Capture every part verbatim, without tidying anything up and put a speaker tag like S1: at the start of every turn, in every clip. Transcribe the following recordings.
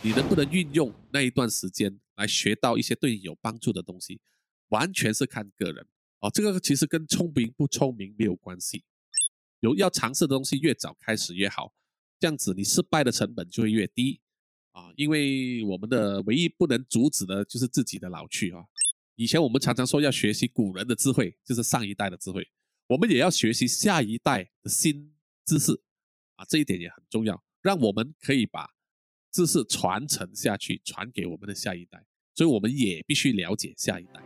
S1: 你能不能运用那一段时间来学到一些对你有帮助的东西，完全是看个人哦。这个其实跟聪明不聪明没有关系，有要尝试的东西越早开始越好，这样子你失败的成本就会越低啊。因为我们的唯一不能阻止的就是自己的老去啊。以前我们常常说要学习古人的智慧，就是上一代的智慧，我们也要学习下一代的新知识啊，这一点也很重要，让我们可以把知识传承下去，传给我们的下一代，所以我们也必须了解下一代。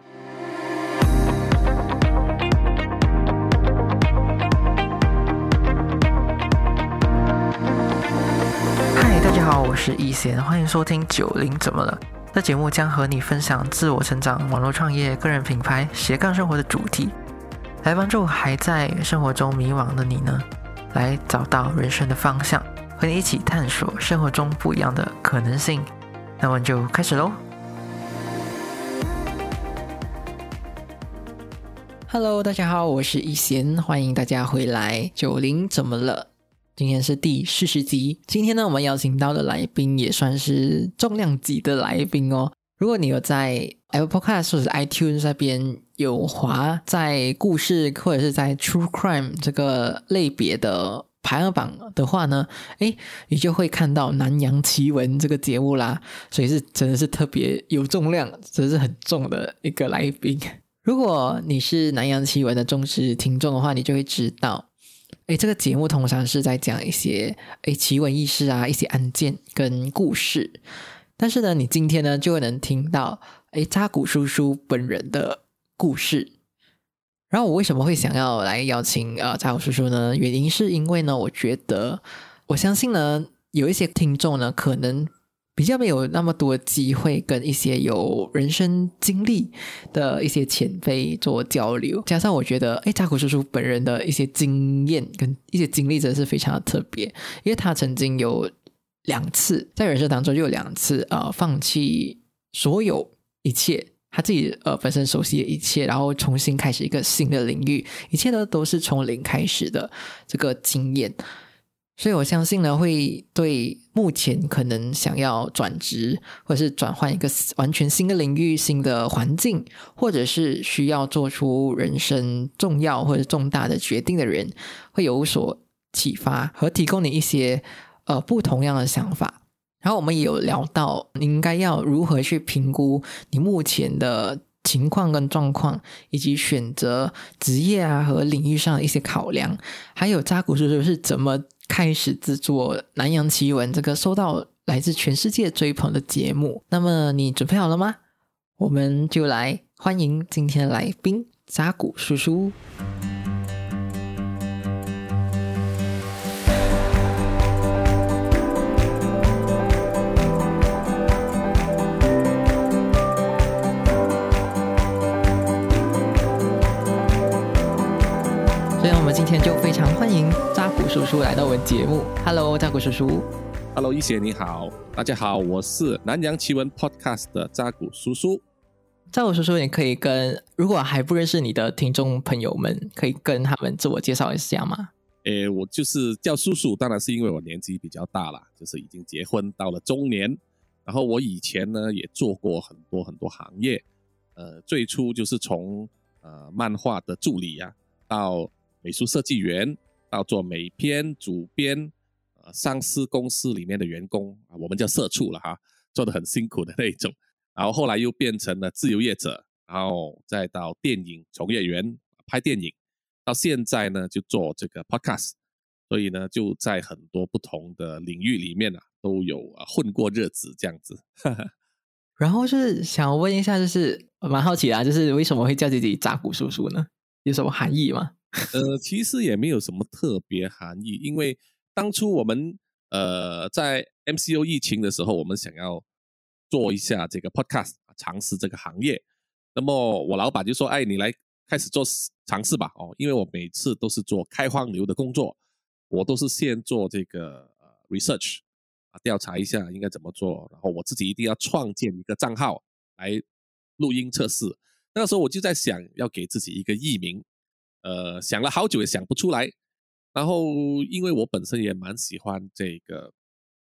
S2: 嗨，大家好，我是一贤，欢迎收听九零怎么了。这节目将和你分享自我成长、网络创业、个人品牌、斜杠生活的主题，来帮助还在生活中迷惘的你呢，来找到人生的方向，和你一起探索生活中不一样的可能性。那我们就开始咯。Hello， 大家好，我是一贤，欢迎大家回来。九零怎么了？今天是第四十集。今天呢，我们邀请到的来宾也算是重量级的来宾哦。如果你有在 Apple Podcast 或者是 iTunes 那边有滑在故事或者是在 True Crime 这个类别的排行榜的话呢，诶，你就会看到南洋奇闻这个节目啦。所以是真的是特别有重量，真的是很重的一个来宾。如果你是南洋奇闻的忠实听众的话，你就会知道诶，这个节目通常是在讲一些诶奇闻异事啊，一些案件跟故事。但是呢，你今天呢就会能听到诶扎古叔叔本人的故事。然后我为什么会想要来邀请呃扎古叔叔呢？原因是因为呢，我觉得我相信呢，有一些听众呢可能比较没有那么多机会跟一些有人生经历的一些前辈做交流，加上我觉得诶扎古叔叔本人的一些经验跟一些经历真的是非常的特别，因为他曾经有两次在人生当中就有两次呃放弃所有一切他自己呃本身熟悉的一切，然后重新开始一个新的领域，一切呢都是从零开始的这个经验。所以我相信呢，会对目前可能想要转职或者是转换一个完全新的领域、新的环境，或者是需要做出人生重要或者重大的决定的人，会有所启发和提供你一些呃不同样的想法。然后我们也有聊到你应该要如何去评估你目前的情况跟状况，以及选择职业啊和领域上的一些考量，还有扎古叔叔是怎么开始制作南洋奇闻这个受到来自全世界追捧的节目。那么你准备好了吗？我们就来欢迎今天的来宾扎古叔叔。今天就非常欢迎扎古叔叔来到我们节目。 Hello 扎古叔叔。
S1: Hello 一贤你好，大家好，我是南洋奇闻 Podcast 的扎古叔叔。
S2: 扎古叔叔，你可以跟如果还不认识你的听众朋友们，可以跟他们自我介绍一下吗？
S1: 诶，我就是叫叔叔，当然是因为我年纪比较大了，就是已经结婚到了中年。然后我以前呢也做过很多很多行业，呃，最初就是从呃漫画的助理啊，到美术设计员，到做美编、主编，呃，上市公司里面的员工啊，我们叫社畜了哈，做得很辛苦的那一种。然后后来又变成了自由业者，然后再到电影从业员，拍电影，到现在呢就做这个 podcast， 所以呢就在很多不同的领域里面啊都有啊混过日子这样子。
S2: 然后是想问一下，就是蛮好奇啊，就是为什么会叫自己扎古叔叔呢？有什么含义吗？
S1: 呃，其实也没有什么特别含义，因为当初我们呃在 M C O 疫情的时候，我们想要做一下这个 podcast， 尝试这个行业。那么我老板就说：“哎，你来开始做尝试吧。”哦，因为我每次都是做开荒牛的工作，我都是先做这个呃 research 啊，调查一下应该怎么做，然后我自己一定要创建一个账号来录音测试。那个时候我就在想要给自己一个艺名。呃，想了好久也想不出来，然后因为我本身也蛮喜欢这个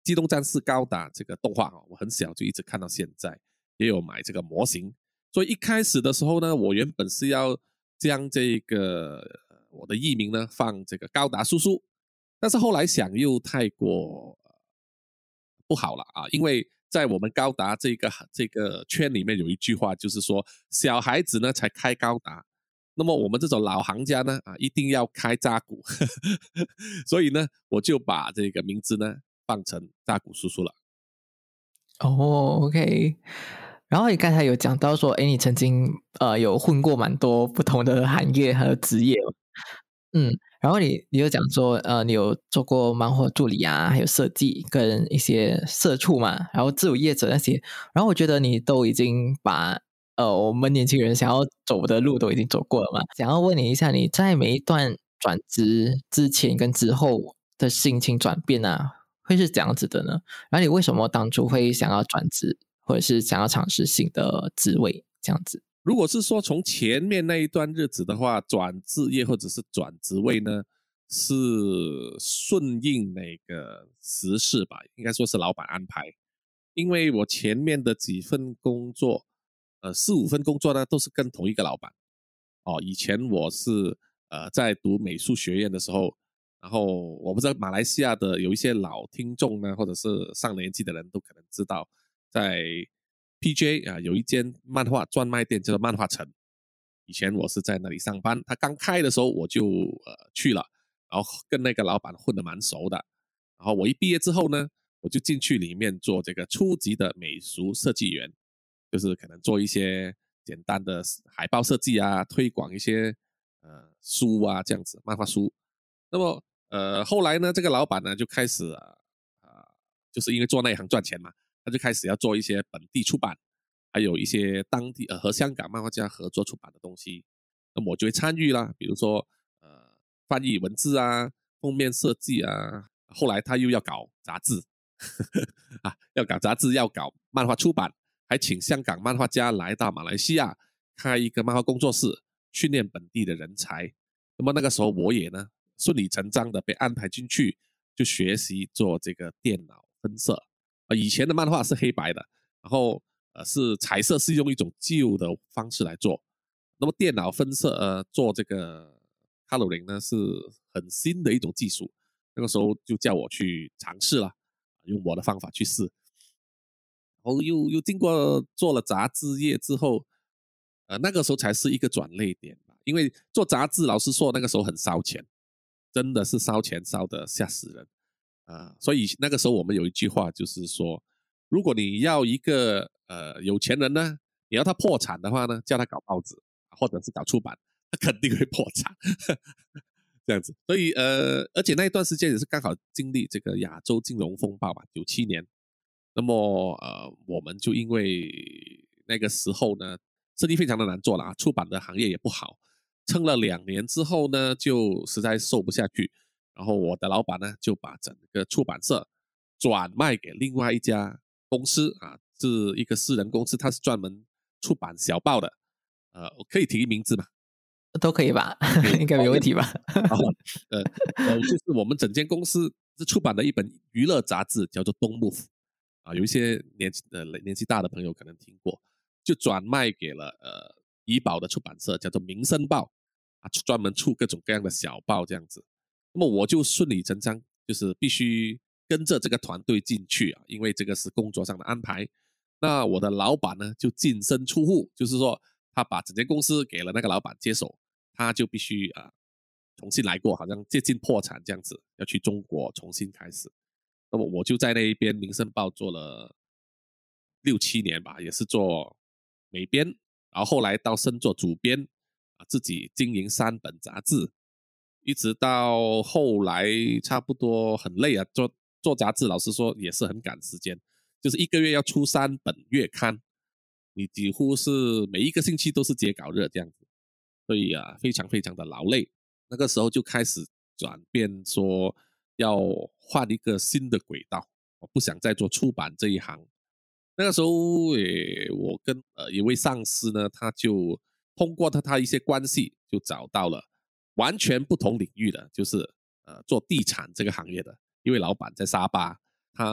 S1: 机动战士高达这个动画啊，我很小就一直看到现在，也有买这个模型。所以一开始的时候呢，我原本是要将这个呃我的艺名呢放这个高达叔叔，但是后来想又太过呃不好了啊，因为在我们高达这个这个圈里面有一句话，就是说小孩子呢才开高达，那么我们这种老行家呢啊一定要开扎古，所以呢我就把这个名字呢放成扎古叔叔了。
S2: 哦，OK。然后你刚才有讲到说，哎，你曾经呃有混过蛮多不同的行业还有职业，嗯，然后你你有讲说，呃，你有做过漫画助理啊，还有设计跟一些社畜嘛，然后自由业者那些，然后我觉得你都已经把呃我们年轻人想要走的路都已经走过了嘛。想要问你一下，你在每一段转职之前跟之后的心情转变啊，会是怎样子的呢？然后你为什么当初会想要转职，或者是想要尝试新的职位这样子？
S1: 如果是说从前面那一段日子的话，转置业或者是转职位呢，是顺应那个时事吧，应该说是老板安排。因为我前面的几份工作，呃，四五份工作呢，都是跟同一个老板。哦，以前我是呃在读美术学院的时候，然后我不知道马来西亚的有一些老听众呢，或者是上年纪的人都可能知道，在 P J 啊有一间漫画专卖店叫做漫画城，以前我是在那里上班，他刚开的时候我就呃去了，然后跟那个老板混得蛮熟的，然后我一毕业之后呢，我就进去里面做这个初级的美术设计员，就是可能做一些简单的海报设计啊，推广一些呃书啊这样子，漫画书。那么呃后来呢，这个老板呢就开始啊、呃呃，就是因为做那一行赚钱嘛，他就开始要做一些本地出版，还有一些当地呃和香港漫画家合作出版的东西。那么我就会参与啦，比如说呃翻译文字啊、封面设计啊。后来他又要搞杂志啊，要搞杂志，要搞漫画出版，还请香港漫画家来到马来西亚开一个漫画工作室，训练本地的人才。那么那个时候我也呢顺理成章的被安排进去，就学习做这个电脑分色。啊，以前的漫画是黑白的，然后呃是彩色是用一种旧的方式来做，那么电脑分色呃做这个 coloring 呢是很新的一种技术，那个时候就叫我去尝试了，用我的方法去试，然后又又经过做了杂志业之后，呃那个时候才是一个转捩点吧，因为做杂志老实说那个时候很烧钱，真的是烧钱烧得吓死人。啊、呃所以那个时候我们有一句话就是说，如果你要一个呃有钱人呢，你要他破产的话呢，叫他搞报纸或者是搞出版，他肯定会破产。这样子，所以呃，而且那一段时间也是刚好经历这个亚洲金融风暴吧，九七年。那么呃，我们就因为那个时候呢，生意非常的难做了啊，出版的行业也不好，撑了两年之后呢，就实在瘦不下去，然后我的老板呢就把整个出版社转卖给另外一家公司啊，是一个私人公司，它是专门出版小报的，呃，我可以提名字吗？
S2: 都可以吧？
S1: 可以，
S2: 应该没问题吧？
S1: 哦，呃呃，就是我们整间公司是出版的一本娱乐杂志，叫做《东 Move》啊，有一些年纪呃年纪大的朋友可能听过，就转卖给了呃怡宝的出版社，叫做《民生报》啊，专门出各种各样的小报这样子。那么我就顺理成章，就是必须跟着这个团队进去啊，因为这个是工作上的安排。那我的老板呢，就净身出户，就是说他把整间公司给了那个老板接手，他就必须啊、呃重新来过，好像接近破产这样子，要去中国重新开始。那么我就在那一边《民生报》做了六七年吧，也是做美编，然后后来到升做主编，啊，自己经营三本杂志，一直到后来差不多很累啊，做做杂志，老实说也是很赶时间，就是一个月要出三本月刊，你几乎是每一个星期都是截稿日这样子，所以啊，非常非常的劳累。那个时候就开始转变，说要换一个新的轨道，我不想再做出版这一行。那个时候，也我跟呃一位上司呢，他就通过他他一些关系，就找到了完全不同领域的，就是呃做地产这个行业的一位老板在沙巴，他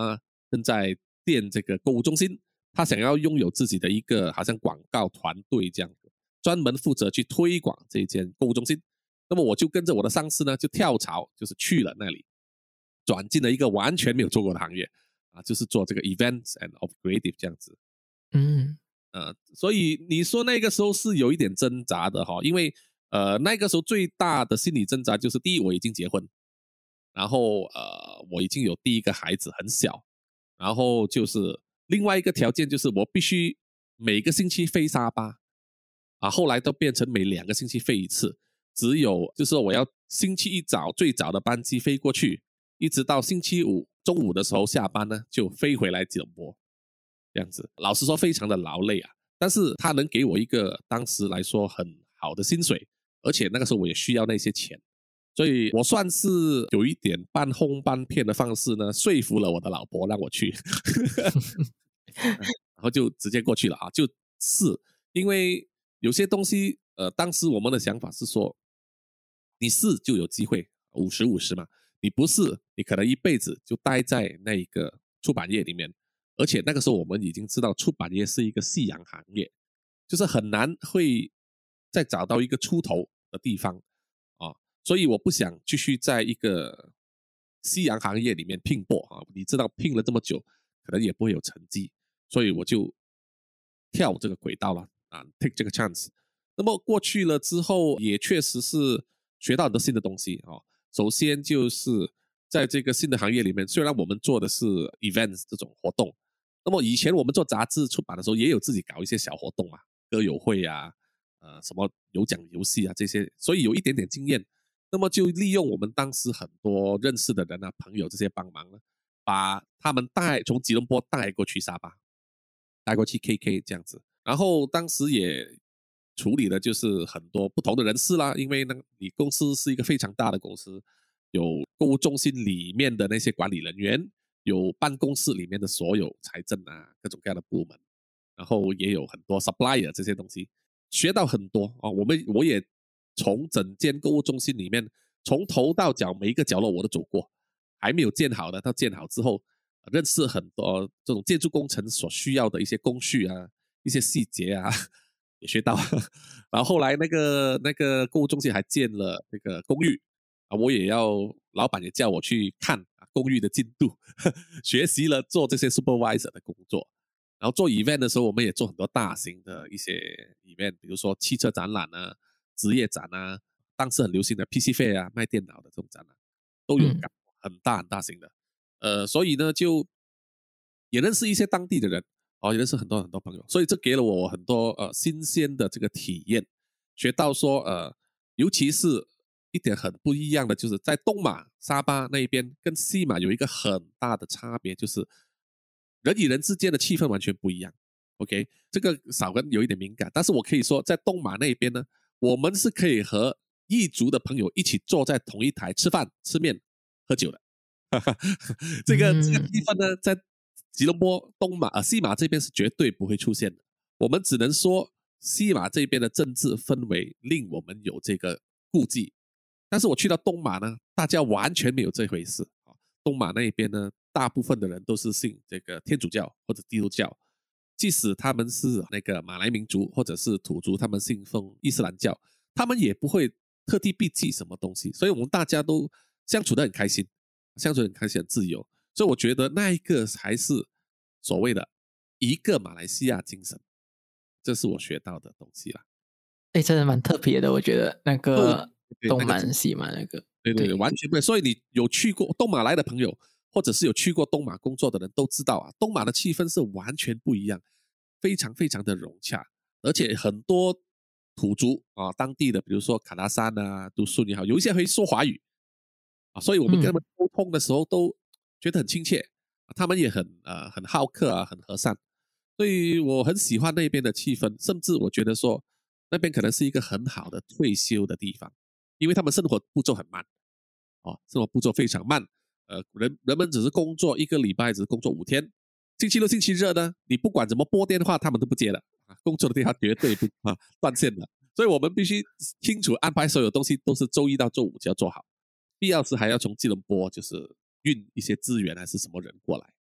S1: 正在建这个购物中心，他想要拥有自己的一个好像广告团队这样，专门负责去推广这间购物中心。那么我就跟着我的上司呢，就跳槽，就是去了那里，转进了一个完全没有做过的行业啊，就是做这个 events and of creative 这样子。
S2: 嗯，
S1: 呃，所以你说那个时候是有一点挣扎的哈，因为呃那个时候最大的心理挣扎就是第一我已经结婚，然后呃我已经有第一个孩子很小，然后就是另外一个条件就是我必须每个星期飞沙巴啊，后来都变成每两个星期飞一次，只有就是说我要星期一早最早的班机飞过去，一直到星期五中午的时候下班呢就飞回来吉隆坡。这样子，老实说非常的劳累啊，但是他能给我一个当时来说很好的薪水，而且那个时候我也需要那些钱，所以我算是有一点半哄半骗的方式呢，说服了我的老婆让我去，然后就直接过去了啊，就是因为有些东西，呃，当时我们的想法是说，你试就有机会，五十五十嘛，你不试，你可能一辈子就待在那一个出版业里面。而且那个时候我们已经知道出版业是一个夕阳行业，就是很难会再找到一个出头的地方啊，所以我不想继续在一个夕阳行业里面拼搏啊，你知道拼了这么久，可能也不会有成绩，所以我就跳这个轨道了啊 ，take 这个 chance。那么过去了之后，也确实是学到很多新的东西啊。首先就是在这个新的行业里面，虽然我们做的是 events 这种活动。那么以前我们做杂志出版的时候，也有自己搞一些小活动啊，歌友会啊，呃，什么有奖游戏啊这些，所以有一点点经验。那么就利用我们当时很多认识的人啊、朋友这些帮忙呢，把他们带从吉隆坡带过去沙巴，带过去 K K 这样子。然后当时也处理的就是很多不同的人事啦，因为呢，你公司是一个非常大的公司，有购物中心里面的那些管理人员。有办公室里面的所有财政啊，各种各样的部门，然后也有很多 supplier 这些东西，学到很多啊。我们我也从整间购物中心里面，从头到脚每一个角落我都走过，还没有建好的到建好之后，认识很多这种建筑工程所需要的一些工序啊，一些细节啊，也学到。然后后来那个那个购物中心还建了那个公寓啊，我也要，老板也叫我去看公寓的进度，学习了做这些 supervisor 的工作。然后做 event 的时候，我们也做很多大型的一些 event，比如说汽车展览啊、职业展啊，当时很流行的 P C Fair 啊，卖电脑的这种展览都有搞，很大很大型的。呃，所以呢，就也认识一些当地的人，哦，也认识很多很多朋友，所以这给了我很多呃新鲜的这个体验，学到说呃，尤其是一点很不一样的，就是在东马沙巴那一边跟西马有一个很大的差别，就是人与人之间的气氛完全不一样。OK，这个少跟有一点敏感，但是我可以说，在东马那边呢，我们是可以和异族的朋友一起坐在同一台吃饭、吃面、喝酒的。这个这个气氛呢，在吉隆坡东马啊西马这边是绝对不会出现的。我们只能说，西马这边的政治氛围令我们有这个顾忌。但是我去到东马呢，大家完全没有这回事。东马那边呢，大部分的人都是信这个天主教或者基督教，即使他们是那个马来民族或者是土族，他们信奉伊斯兰教，他们也不会特地避忌什么东西，所以我们大家都相处得很开心，相处得很开心很自由，所以我觉得那一个才是所谓的一个马来西亚精神，这是我学到的东西啦。
S2: 哎，真的蛮特别的，我觉得那个东蛮西马那个，
S1: 对对对，完全不会。所以你有去过东马来的朋友，或者是有去过东马工作的人都知道啊，东马的气氛是完全不一样，非常非常的融洽，而且很多土族啊，当地的，比如说卡达山啊、都顺也好，有一些会说华语啊，所以我们跟他们沟通的时候都觉得很亲切，啊、他们也很呃很好客啊，很和善，所以我很喜欢那边的气氛，甚至我觉得说那边可能是一个很好的退休的地方，因为他们生活步骤很慢。哦，生活步骤非常慢，呃，人人们只是工作一个礼拜，只是工作五天，星期六、星期日呢，你不管怎么拨电话，他们都不接了啊，工作的电话绝对不啊断线的，所以我们必须清楚安排所有东西都是周一到周五就要做好，必要时还要从吉隆坡就是运一些资源还是什么人过来。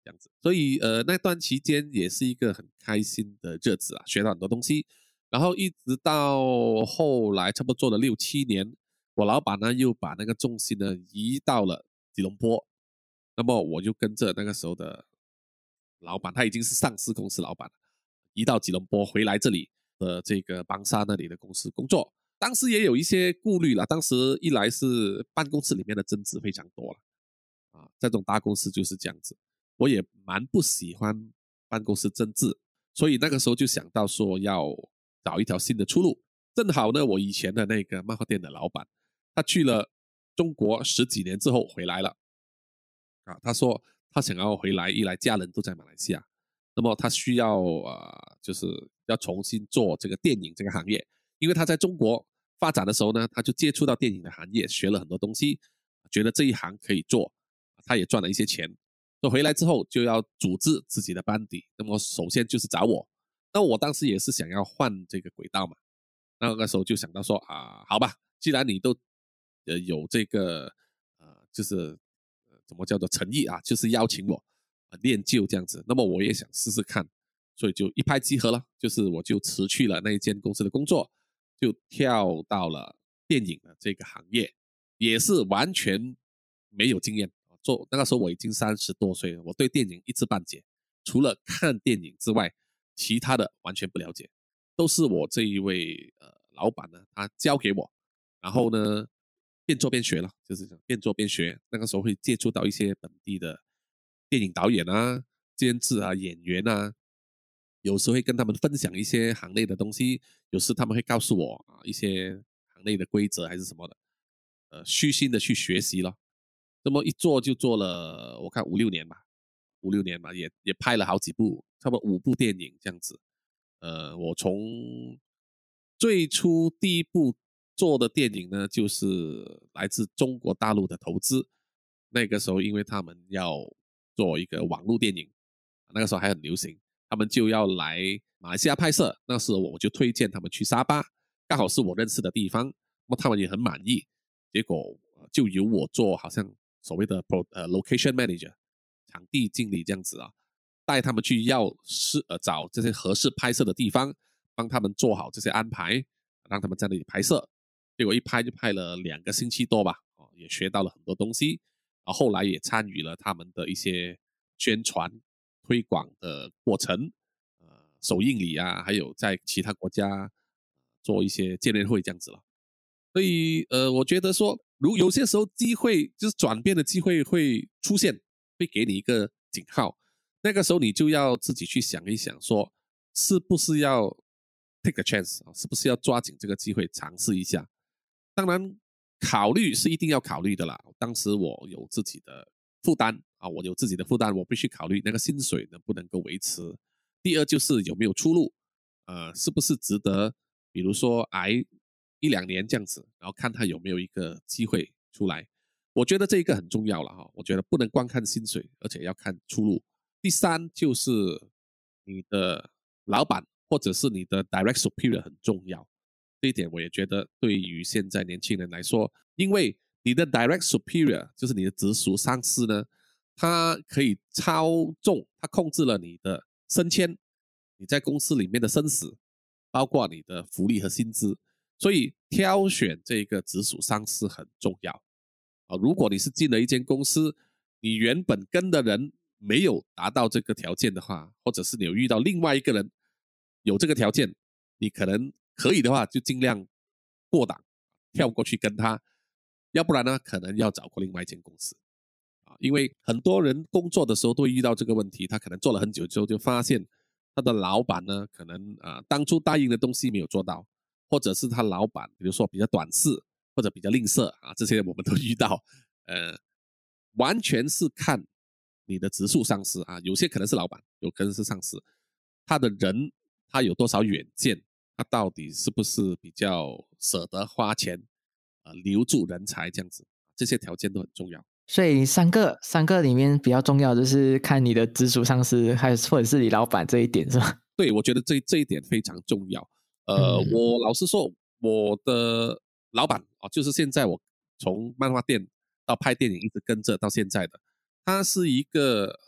S1: 这样子。所以呃那段期间也是一个很开心的日子啊，学到很多东西。然后一直到后来差不多做了六七年，我老板呢又把那个重心呢移到了吉隆坡，那么我就跟着那个时候的老板，他已经是上市公司老板了，移到吉隆坡回来这里的这个邦沙那里的公司工作。当时也有一些顾虑了，当时一来是办公室里面的争执非常多了啊，在这种大公司就是这样子，我也蛮不喜欢办公室政治，所以那个时候就想到说要找一条新的出路。正好呢，我以前的那个漫画店的老板，他去了中国十几年之后回来了啊，他说他想要回来，一来家人都在马来西亚，那么他需要呃，就是要重新做这个电影这个行业，因为他在中国发展的时候呢，他就接触到电影的行业，学了很多东西，觉得这一行可以做，他也赚了一些钱。那回来之后就要组织自己的班底，那么首先就是找我，那我当时也是想要换这个轨道嘛，那个时候就想到说啊，好吧，既然你都呃有这个呃就是呃怎么叫做诚意啊，就是邀请我啊练就这样子，那么我也想试试看，所以就一拍即合了，就是我就辞去了那一间公司的工作，就跳到了电影的这个行业，也是完全没有经验。做那个时候我已经三十多岁了，我对电影一知半解，除了看电影之外，其他的完全不了解，都是我这一位呃老板呢，他教给我，然后呢边做边学了，就是这样边做边学。那个时候会接触到一些本地的电影导演啊、监制啊、演员啊，有时会跟他们分享一些行内的东西，有时他们会告诉我啊一些行内的规则还是什么的，呃，虚心的去学习了。这么一做就做了，我看五六年吧，五六年吧，也也拍了好几部，差不多五部电影这样子。呃，我从最初第一部做的电影呢，就是来自中国大陆的投资。那个时候，因为他们要做一个网络电影，那个时候还很流行，他们就要来马来西亚拍摄。那时候我就推荐他们去沙巴，刚好是我认识的地方，那么他们也很满意。结果就由我做好像所谓的 pro 呃 location manager 场地经理这样子啊，带他们去要是呃找这些合适拍摄的地方，帮他们做好这些安排，让他们在那里拍摄。结果一拍就拍了两个星期多吧，哦，也学到了很多东西。然后后来也参与了他们的一些宣传推广的过程，呃，首映礼啊，还有在其他国家做一些见面会这样子了。所以呃，我觉得说，如有些时候机会就是转变的机会会出现，会给你一个警号，那个时候你就要自己去想一想说，是不是要 take a chance 啊，是不是要抓紧这个机会尝试一下？当然，考虑是一定要考虑的啦。当时我有自己的负担啊，我有自己的负担，我必须考虑那个薪水能不能够维持。第二就是有没有出路，呃，是不是值得，比如说挨一两年这样子，然后看他有没有一个机会出来。我觉得这一个很重要了哈，我觉得不能光看薪水，而且要看出路。第三就是你的老板或者是你的 direct superior 很重要，这一点我也觉得对于现在年轻人来说，因为你的 direct superior 就是你的直属上司呢，他可以操纵，他控制了你的升迁，你在公司里面的生死，包括你的福利和薪资，所以挑选这个直属上司很重要啊。如果你是进了一间公司，你原本跟的人没有达到这个条件的话，或者是你有遇到另外一个人有这个条件，你可能可以的话就尽量过档，跳过去跟他，要不然呢，可能要找过另外一间公司啊。因为很多人工作的时候都会遇到这个问题，他可能做了很久之后就发现他的老板呢，可能啊当初答应的东西没有做到，或者是他老板比如说比较短视或者比较吝啬啊，这些我们都遇到，呃，完全是看你的直属上司啊，有些可能是老板，有可能是上司，他的人他有多少远见，他到底是不是比较舍得花钱，呃，留住人才这样子，这些条件都很重要。
S2: 所以三个三个里面比较重要就是看你的直属上司，还有或者是你老板这一点是吧？
S1: 对，我觉得这这一点非常重要。呃，
S2: 嗯
S1: 我老实说，我的老板啊，就是现在我从漫画店到拍电影一直跟着到现在的，他是一个呃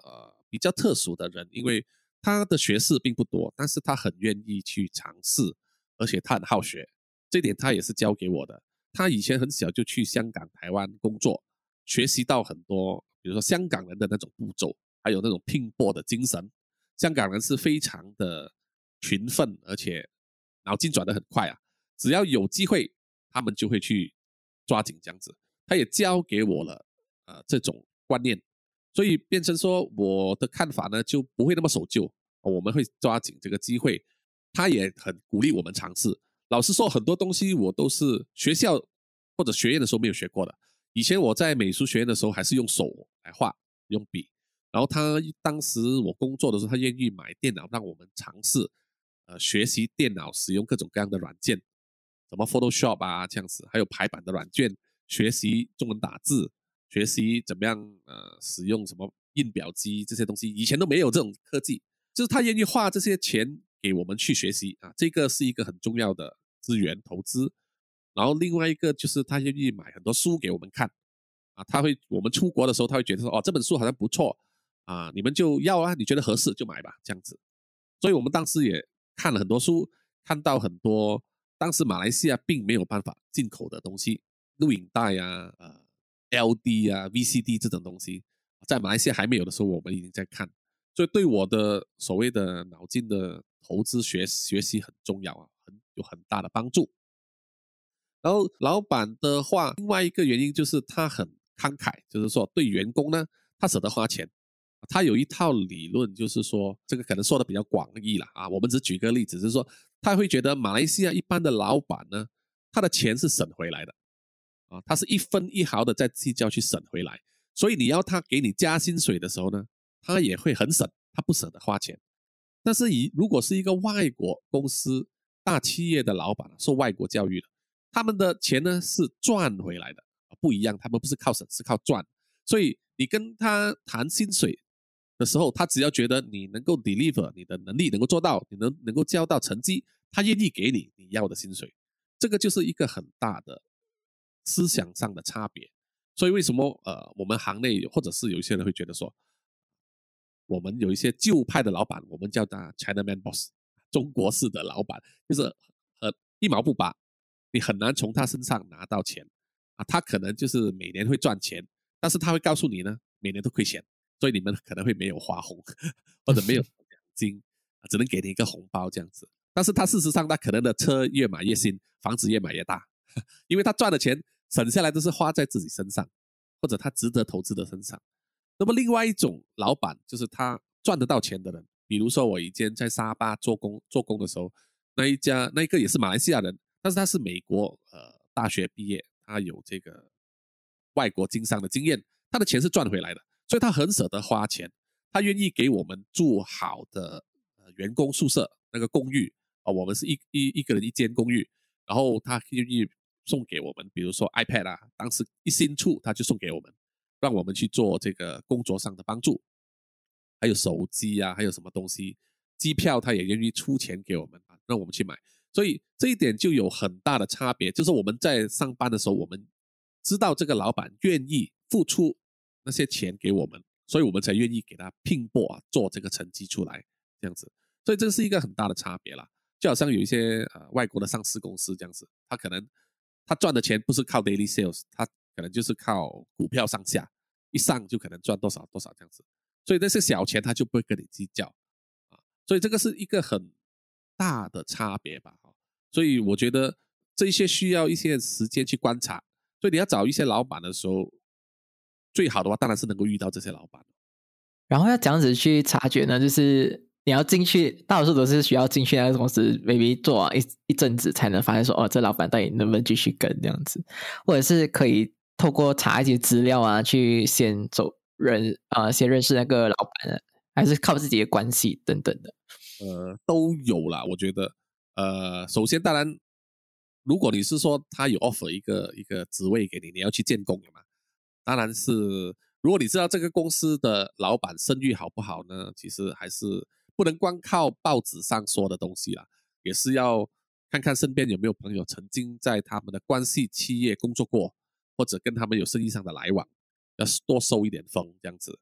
S1: 比较特殊的人，因为他的学识并不多，但是他很愿意去尝试，而且他很好学，这点他也是教给我的。他以前很小就去香港、台湾工作，学习到很多，比如说香港人的那种步骤，还有那种拼搏的精神。香港人是非常的勤奋，而且脑筋转得很快啊，只要有机会，他们就会去抓紧这样子。他也教给我了呃这种观念，所以变成说我的看法呢就不会那么守旧，我们会抓紧这个机会。他也很鼓励我们尝试。老实说，很多东西我都是学校或者学院的时候没有学过的。以前我在美术学院的时候还是用手来画，用笔。然后他当时我工作的时候，他愿意买电脑让我们尝试，呃，学习电脑使用各种各样的软件，什么 Photoshop 啊这样子，还有排版的软件，学习中文打字，学习怎么样呃使用什么印表机这些东西，以前都没有这种科技，就是他愿意花这些钱给我们去学习啊，这个是一个很重要的资源投资。然后另外一个就是他愿意买很多书给我们看啊，他会我们出国的时候，他会觉得说哦这本书好像不错啊，你们就要啊，你觉得合适就买吧这样子。所以我们当时也看了很多书，看到很多当时马来西亚并没有办法进口的东西，录影带啊、呃、L D 啊、V C D 这种东西，在马来西亚还没有的时候，我们已经在看。所以对我的所谓的脑筋的投资学学习很重要啊，很有很大的帮助。然后老板的话，另外一个原因就是他很慷慨，就是说对员工呢，他舍得花钱。他有一套理论，就是说这个可能说的比较广义了啊。我们只举个例子，就是说他会觉得马来西亚一般的老板呢，他的钱是省回来的啊，他是一分一毫的在计较去省回来。所以你要他给你加薪水的时候呢，他也会很省，他不舍得花钱。但是以如果是一个外国公司大企业的老板，受外国教育的，他们的钱呢是赚回来的，不一样，他们不是靠省，是靠赚。所以你跟他谈薪水的时候，他只要觉得你能够 deliver， 你的能力能够做到，你能能够交到成绩，他愿意给你你要的薪水。这个就是一个很大的思想上的差别。所以为什么呃我们行内或者是有一些人会觉得说，我们有一些旧派的老板，我们叫他 Chinaman Boss， 中国式的老板，就是很一毛不拔，你很难从他身上拿到钱啊。他可能就是每年会赚钱，但是他会告诉你呢，每年都亏钱，所以你们可能会没有花红或者没有奖金，只能给你一个红包这样子。但是他事实上，他可能的车越买越新，房子越买越大，因为他赚的钱省下来都是花在自己身上，或者他值得投资的身上。那么另外一种老板就是他赚得到钱的人，比如说我以前在沙巴做工做工的时候，那一家那一个也是马来西亚人，但是他是美国呃大学毕业，他有这个外国经商的经验，他的钱是赚回来的，所以他很舍得花钱，他愿意给我们住好的呃员工宿舍那个公寓啊、呃，我们是一一一个人一间公寓，然后他愿意送给我们，比如说 iPad 啊，当时一新出他就送给我们。让我们去做这个工作上的帮助，还有手机啊，还有什么东西，机票他也愿意出钱给我们，让我们去买。所以这一点就有很大的差别，就是我们在上班的时候，我们知道这个老板愿意付出那些钱给我们，所以我们才愿意给他拼搏啊，做这个成绩出来，这样子。所以这是一个很大的差别啦。就好像有一些呃外国的上市公司这样子，他可能他赚的钱不是靠 daily sales， 他可能就是靠股票上下，一上就可能赚多少多少这样子，所以那些小钱他就不会跟你计较啊，所以这个是一个很大的差别吧。所以我觉得这一些需要一些时间去观察，所以你要找一些老板的时候，最好的话当然是能够遇到这些老板。
S2: 然后要这样子去察觉呢，就是你要进去，大多数都是需要进去那个公司 maybe 做一一阵子才能发现说，哦，这老板到底能不能继续跟这样子，或者是可以透过查一些资料啊，去先走人啊、呃，先认识那个老板，还是靠自己的关系等等的。
S1: 呃，都有啦，我觉得，呃，首先当然，如果你是说他有 offer 一个一个职位给你，你要去建工的嘛，当然是，如果你知道这个公司的老板声誉好不好呢，其实还是不能光靠报纸上说的东西啦，也是要看看身边有没有朋友曾经在他们的关系企业工作过，或者跟他们有生意上的来往，要多收一点风这样子。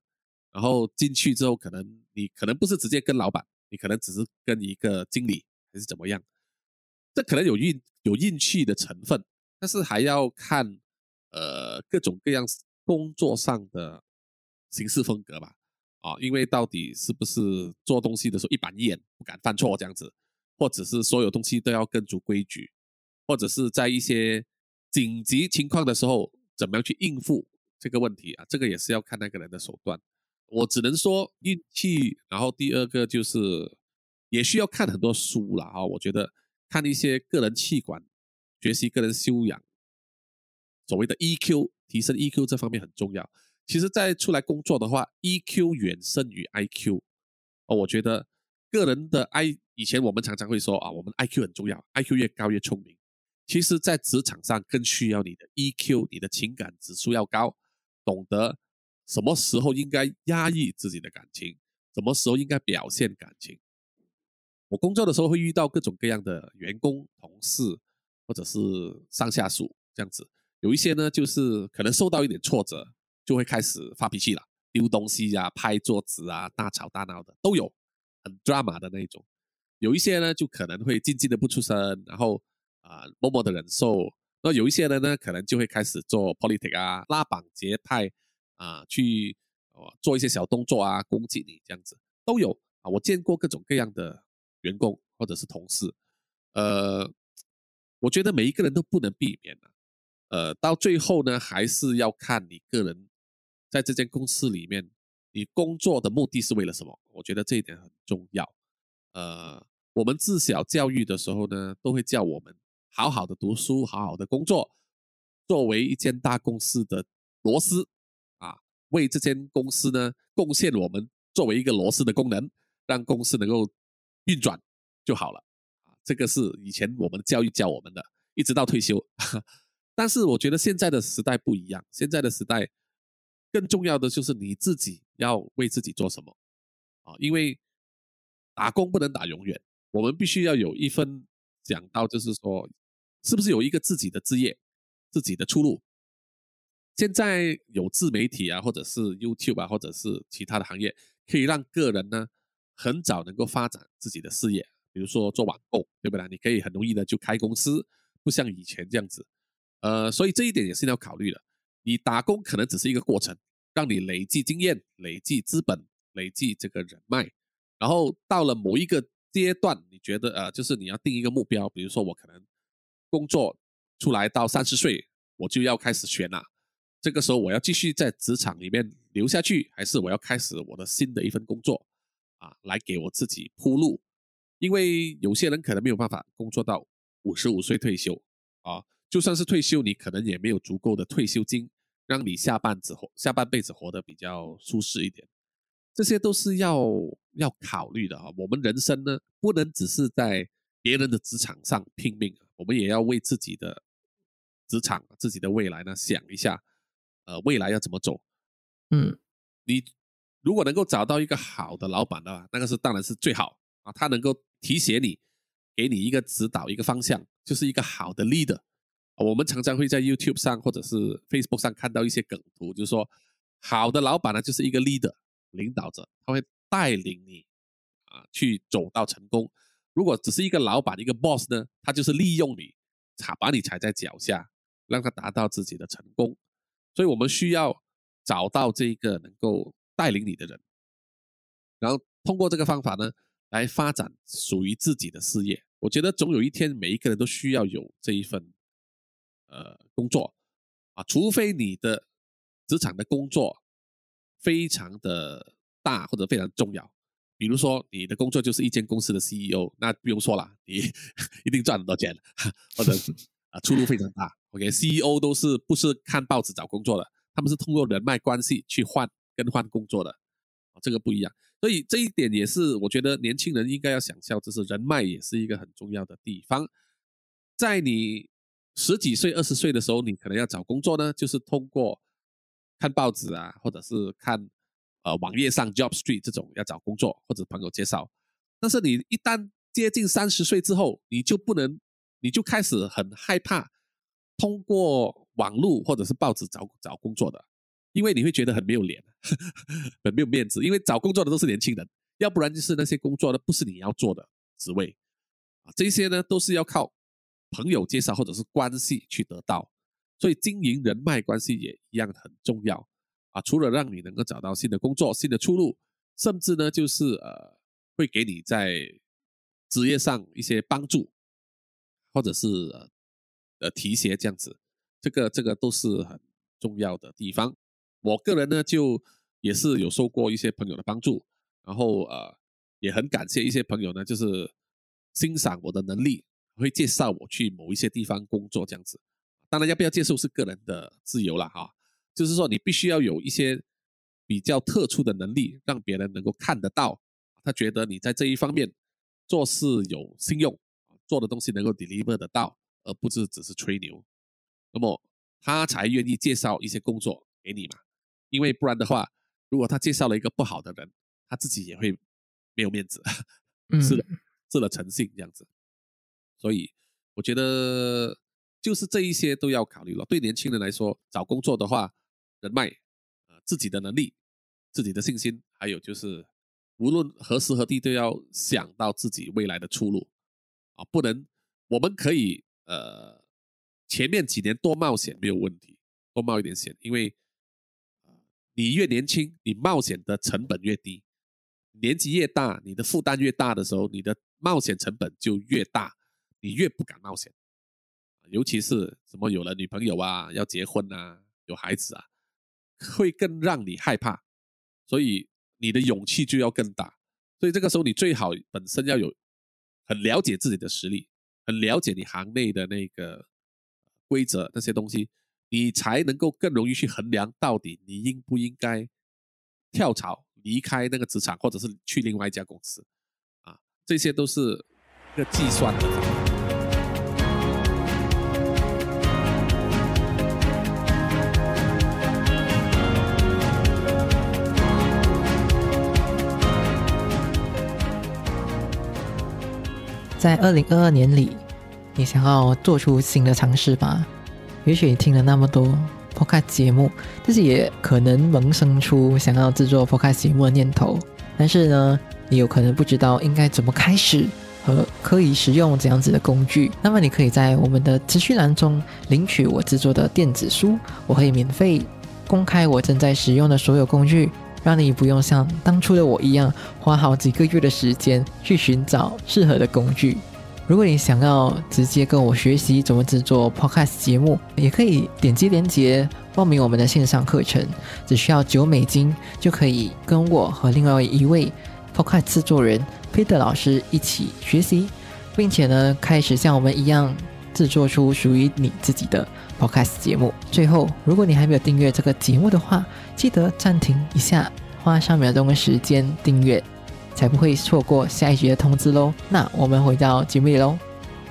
S1: 然后进去之后，可能你可能不是直接跟老板，你可能只是跟一个经理还是怎么样，这可能有运有运气的成分，但是还要看呃各种各样工作上的行事风格吧。啊，因为到底是不是做东西的时候一板一眼，不敢犯错这样子，或者是所有东西都要跟足规矩，或者是在一些紧急情况的时候，怎么样去应付这个问题啊？这个也是要看那个人的手段。我只能说运气，然后第二个就是也需要看很多书了啊。我觉得看一些个人气管，学习个人修养，所谓的 E Q 提升 E Q 这方面很重要。其实，在出来工作的话，E Q 远胜于 I Q。哦，我觉得个人的 I，以前我们常常会说啊，我们 I Q 很重要，I Q 越高越聪明。其实，在职场上更需要你的 E Q，你的情感指数要高，懂得什么时候应该压抑自己的感情，什么时候应该表现感情。我工作的时候会遇到各种各样的员工、同事或者是上下属这样子，有一些呢就是可能受到一点挫折，就会开始发脾气了，丢东西啊、拍桌子啊、大吵大闹的都有，很 drama 的那一种。有一些呢就可能会静静的不出声，然后啊、呃默默的忍受。那有一些人呢，可能就会开始做 politic 啊，拉帮结派啊，去、呃、做一些小动作啊，攻击你这样子都有啊。我见过各种各样的员工或者是同事，呃，我觉得每一个人都不能避免的，呃，到最后呢，还是要看你个人在这间公司里面，你工作的目的是为了什么？我觉得这一点很重要。呃，我们自小教育的时候呢，都会叫我们好好的读书，好好的工作，作为一间大公司的螺丝啊，为这间公司呢贡献我们作为一个螺丝的功能，让公司能够运转就好了。啊，这个是以前我们的教育教我们的，一直到退休。但是我觉得现在的时代不一样，现在的时代更重要的就是你自己要为自己做什么啊，因为打工不能打永远，我们必须要有一份讲到，就是说，是不是有一个自己的职业、自己的出路？现在有自媒体啊，或者是 YouTube 啊，或者是其他的行业，可以让个人呢很早能够发展自己的事业，比如说做网购，对不对？你可以很容易的就开公司，不像以前这样子。呃，所以这一点也是要考虑的。你打工可能只是一个过程，让你累积经验、累积资本、累积这个人脉，然后到了某一个阶段，你觉得呃，就是你要定一个目标，比如说我可能工作出来到三十岁，我就要开始选了。这个时候我要继续在职场里面留下去，还是我要开始我的新的一份工作啊，来给我自己铺路？因为有些人可能没有办法工作到五十五岁退休啊，就算是退休，你可能也没有足够的退休金，让你下半子活下半辈子活得比较舒适一点。这些都是要要考虑的啊。我们人生呢，不能只是在别人的职场上拼命，我们也要为自己的职场、自己的未来呢想一下，呃，未来要怎么走。
S2: 嗯
S1: 你如果能够找到一个好的老板的话，那个是当然是最好啊，他能够提携你，给你一个指导、一个方向，就是一个好的 leader。我们常常会在 YouTube 上或者是 Facebook 上看到一些梗图，就是说好的老板呢就是一个 leader 领导者，他会带领你啊去走到成功。如果只是一个老板一个 boss 呢，他就是利用你，踩把你踩在脚下，让他达到自己的成功。所以我们需要找到这个能够带领你的人，然后通过这个方法呢，来发展属于自己的事业。我觉得总有一天，每一个人都需要有这一份呃工作啊，除非你的职场的工作非常的大或者非常重要，比如说你的工作就是一间公司的 C E O，那不用说了，你一定赚很多钱，或者啊出路非常大。OK，C E O 都是不是看报纸找工作的，他们是通过人脉关系去换更换工作的，这个不一样。所以这一点也是我觉得年轻人应该要想象，就是人脉也是一个很重要的地方。在你十几岁、二十岁的时候，你可能要找工作呢，就是通过看报纸啊，或者是看呃网页上 Job Street 这种要找工作，或者朋友介绍。但是你一旦接近三十岁之后，你就不能，你就开始很害怕通过网络或者是报纸找找工作的， 因为你会觉得很没有脸，很没有面子，因为找工作的都是年轻人，要不然就是那些工作呢不是你要做的职位啊，这些呢都是要靠朋友介绍或者是关系去得到，所以经营人脉关系也一样很重要啊。除了让你能够找到新的工作、新的出路，甚至呢就是呃会给你在职业上一些帮助，或者是呃呃提携这样子，这个这个都是很重要的地方。我个人呢就也是有受过一些朋友的帮助，然后呃也很感谢一些朋友呢，就是欣赏我的能力，会介绍我去某一些地方工作这样子。当然要不要接受是个人的自由了哈，就是说你必须要有一些比较特殊的能力，让别人能够看得到，他觉得你在这一方面做事有信用，做的东西能够 deliver 得到，而不是只是吹牛，那么他才愿意介绍一些工作给你嘛。因为不然的话，如果他介绍了一个不好的人，他自己也会没有面子，失了
S2: 嗯，
S1: 失了诚信这样子。所以我觉得就是这一些都要考虑了。对年轻人来说，找工作的话，人脉、呃自己的能力、自己的信心，还有就是无论何时何地都要想到自己未来的出路啊，不能我们可以呃前面几年多冒险没有问题，多冒一点险，因为你越年轻，你冒险的成本越低。年纪越大，你的负担越大的时候，你的冒险成本就越大，你越不敢冒险。尤其是什么有了女朋友啊，要结婚啊，有孩子啊，会更让你害怕，所以你的勇气就要更大。所以这个时候，你最好本身要有很了解自己的实力，很了解你行内的那个规则那些东西，你才能够更容易去衡量到底你应不应该跳槽离开那个职场，或者是去另外一家公司啊，这些都是一个计算的方法。
S2: 在二零二二年里，你想要做出新的尝试吗？也许你听了那么多 podcast 节目，自己也可能萌生出想要制作 podcast 节目的念头，但是呢，你有可能不知道应该怎么开始和可以使用怎样子的工具。那么你可以在我们的资讯栏中领取我制作的电子书，我会免费公开我正在使用的所有工具，让你不用像当初的我一样花好几个月的时间去寻找适合的工具。如果你想要直接跟我学习怎么制作 podcast 节目，也可以点击连结报名我们的线上课程，只需要九美金就可以跟我和另外一位 podcast 制作人 Peter 老师一起学习，并且呢开始像我们一样制作出属于你自己的 podcast 节目。最后，如果你还没有订阅这个节目的话，记得暂停一下，花三秒钟的时间订阅，才不会错过下一集的通知咯。那我们回到节目里咯。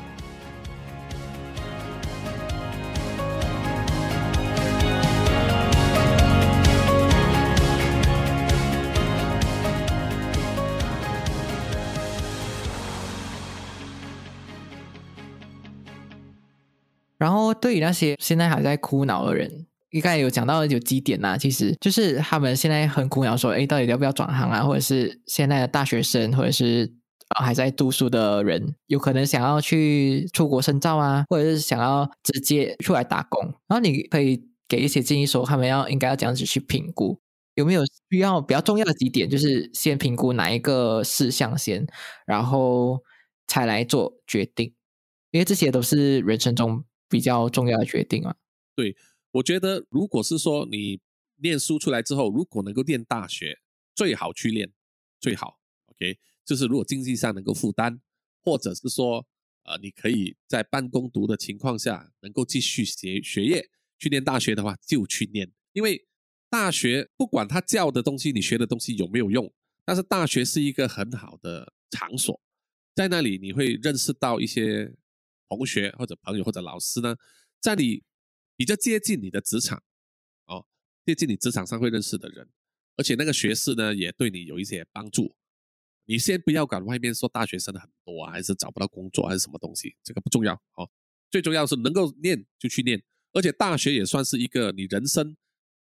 S2: 然后对于那些现在还在苦恼的人，应该有讲到有几点啦，其实就是他们现在很苦恼说，诶，到底要不要转行啊？或者是现在的大学生，或者是、呃、还在读书的人，有可能想要去出国深造啊，或者是想要直接出来打工。然后你可以给一些建议说，他们要应该要这样子去评估，有没有需要比较重要的几点，就是先评估哪一个事项先，然后才来做决定，因为这些都是人生中比较重要的决定啊。
S1: 对，我觉得如果是说你念书出来之后，如果能够念大学，最好去念，最好 OK， 就是如果经济上能够负担，或者是说呃你可以在半工读的情况下能够继续学学业，去念大学的话就去念，因为大学不管他教的东西你学的东西有没有用，但是大学是一个很好的场所，在那里你会认识到一些同学或者朋友或者老师呢，在你比较接近你的职场哦，接近你职场上会认识的人，而且那个学士呢也对你有一些帮助。你先不要管外面说大学生很多啊，还是找不到工作还是什么东西，这个不重要哦。最重要是能够念就去念，而且大学也算是一个你人生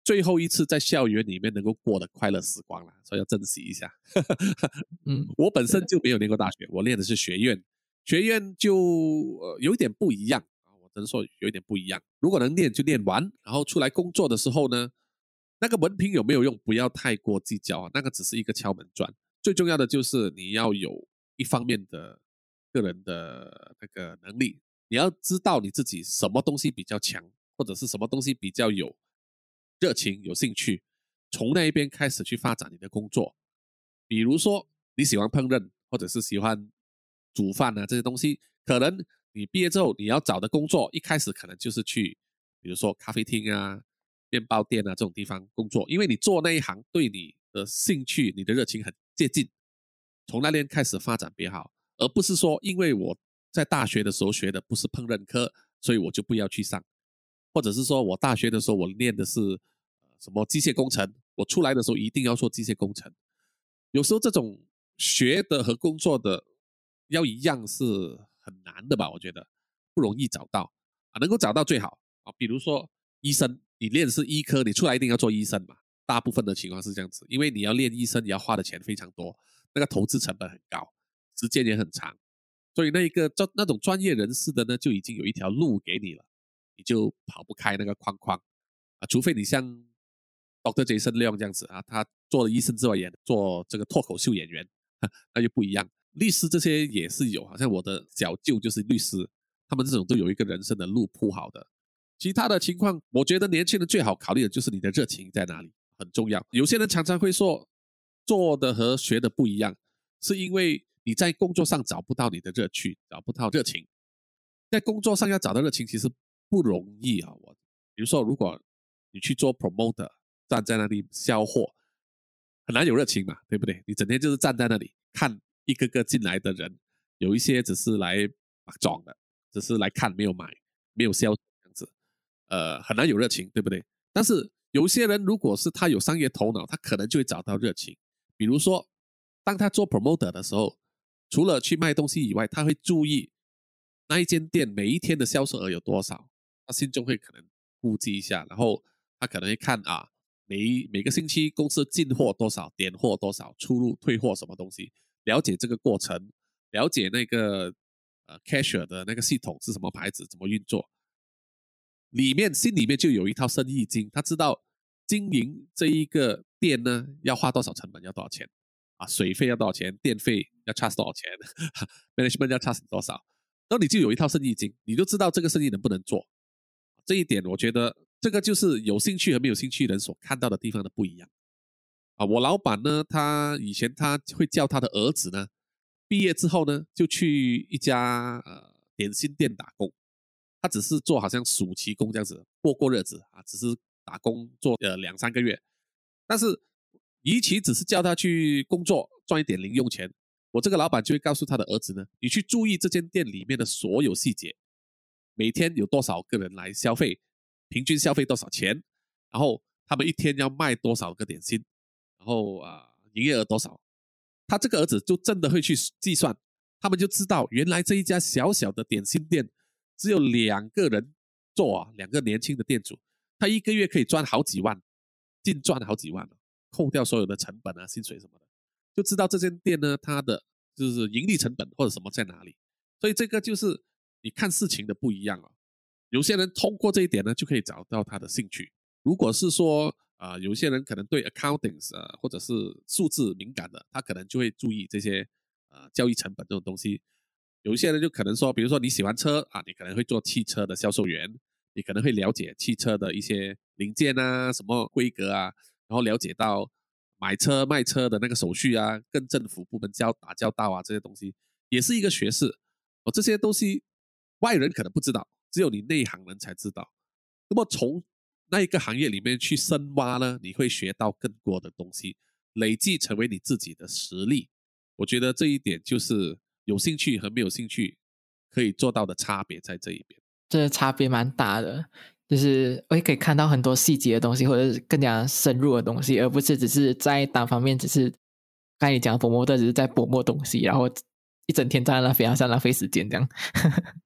S1: 最后一次在校园里面能够过的快乐时光了，所以要珍惜一下。
S2: 嗯，
S1: 我本身就没有念过大学，我念的是学院，学院就、呃、有一点不一样，我只能说有一点不一样。如果能念就念完，然后出来工作的时候呢，那个文凭有没有用，不要太过计较啊，那个只是一个敲门砖。最重要的就是你要有一方面的个人的那个能力，你要知道你自己什么东西比较强，或者是什么东西比较有热情、有兴趣，从那一边开始去发展你的工作。比如说你喜欢烹饪，或者是喜欢煮饭啊这些东西，可能你毕业之后你要找的工作，一开始可能就是去，比如说咖啡厅啊、面包店啊这种地方工作，因为你做那一行对你的兴趣、你的热情很接近，从那边开始发展比较好，而不是说因为我在大学的时候学的不是烹饪科，所以我就不要去上，或者是说我大学的时候我练的是呃什么机械工程，我出来的时候一定要做机械工程。有时候这种学的和工作的要一样是很难的吧？我觉得不容易找到啊，能够找到最好啊。比如说医生，你练的是医科，你出来一定要做医生嘛。大部分的情况是这样子，因为你要练医生，你要花的钱非常多，那个投资成本很高，时间也很长，所以那一个那种专业人士的呢，就已经有一条路给你了，你就跑不开那个框框啊，除非你像 Doctor Jason Leong 这样子啊，他做了医生之外也做这个脱口秀演员，那就不一样。律师这些也是有，好像我的小舅就是律师，他们这种都有一个人生的路铺好的。其他的情况，我觉得年轻人最好考虑的就是你的热情在哪里，很重要。有些人常常会说，做的和学的不一样，是因为你在工作上找不到你的乐趣，找不到热情。在工作上要找到热情其实不容易啊。我比如说，如果你去做 promoter， 站在那里销货，很难有热情嘛，对不对？你整天就是站在那里看一个个进来的人，有一些只是来买装的，只是来看没有买，没有销这样子，呃，很难有热情，对不对？但是有些人如果是他有商业头脑，他可能就会找到热情。比如说，当他做 promoter 的时候，除了去卖东西以外，他会注意那一间店每一天的销售额有多少，他心中会可能估计一下，然后他可能会看啊，每每个星期公司进货多少，点货多少，出入退货什么东西，了解这个过程，了解那个呃 cashier 的那个系统是什么牌子，怎么运作，里面心里面就有一套生意经，他知道经营这一个店呢要花多少成本，要多少钱啊，水费要多少钱，电费要 charge 多少钱，management 要 charge 多少，然后你就有一套生意经，你就知道这个生意能不能做。这一点我觉得这个就是有兴趣和没有兴趣人所看到的地方的不一样啊。我老板呢，他以前他会叫他的儿子呢，毕业之后呢就去一家呃点心店打工，他只是做好像暑期工这样子过过日子啊，只是打工做呃两三个月，但是与其只是叫他去工作赚一点零用钱，我这个老板就会告诉他的儿子呢，你去注意这间店里面的所有细节，每天有多少个人来消费，平均消费多少钱，然后他们一天要卖多少个点心，然后啊、呃、营业额多少，他这个儿子就真的会去计算，他们就知道原来这一家小小的点心店只有两个人做啊，两个年轻的店主，他一个月可以赚好几万，净赚好几万，扣掉所有的成本啊、薪水什么的，就知道这间店呢，它的就是盈利成本或者什么在哪里。所以这个就是你看事情的不一样哦。有些人通过这一点呢，就可以找到他的兴趣。如果是说啊、呃，有些人可能对 accounting 呃或者是数字敏感的，他可能就会注意这些呃交易成本这种东西。有一些人就可能说，比如说你喜欢车啊，你可能会做汽车的销售员，你可能会了解汽车的一些零件啊，什么规格啊，然后了解到买车卖车的那个手续啊，跟政府部门交打交道啊，这些东西也是一个学识。哦，这些东西外人可能不知道，只有你内行人才知道。那么从那一个行业里面去深挖呢，你会学到更多的东西，累计成为你自己的实力。我觉得这一点就是有兴趣和没有兴趣可以做到的差别在这一边。
S2: 这差别蛮大的，就是我也可以看到很多细节的东西，或者是更加深入的东西，而不是只是在单方面只是刚才你讲的薄膜的只是在薄膜东西，然后一整天站在那边好像浪费时间这样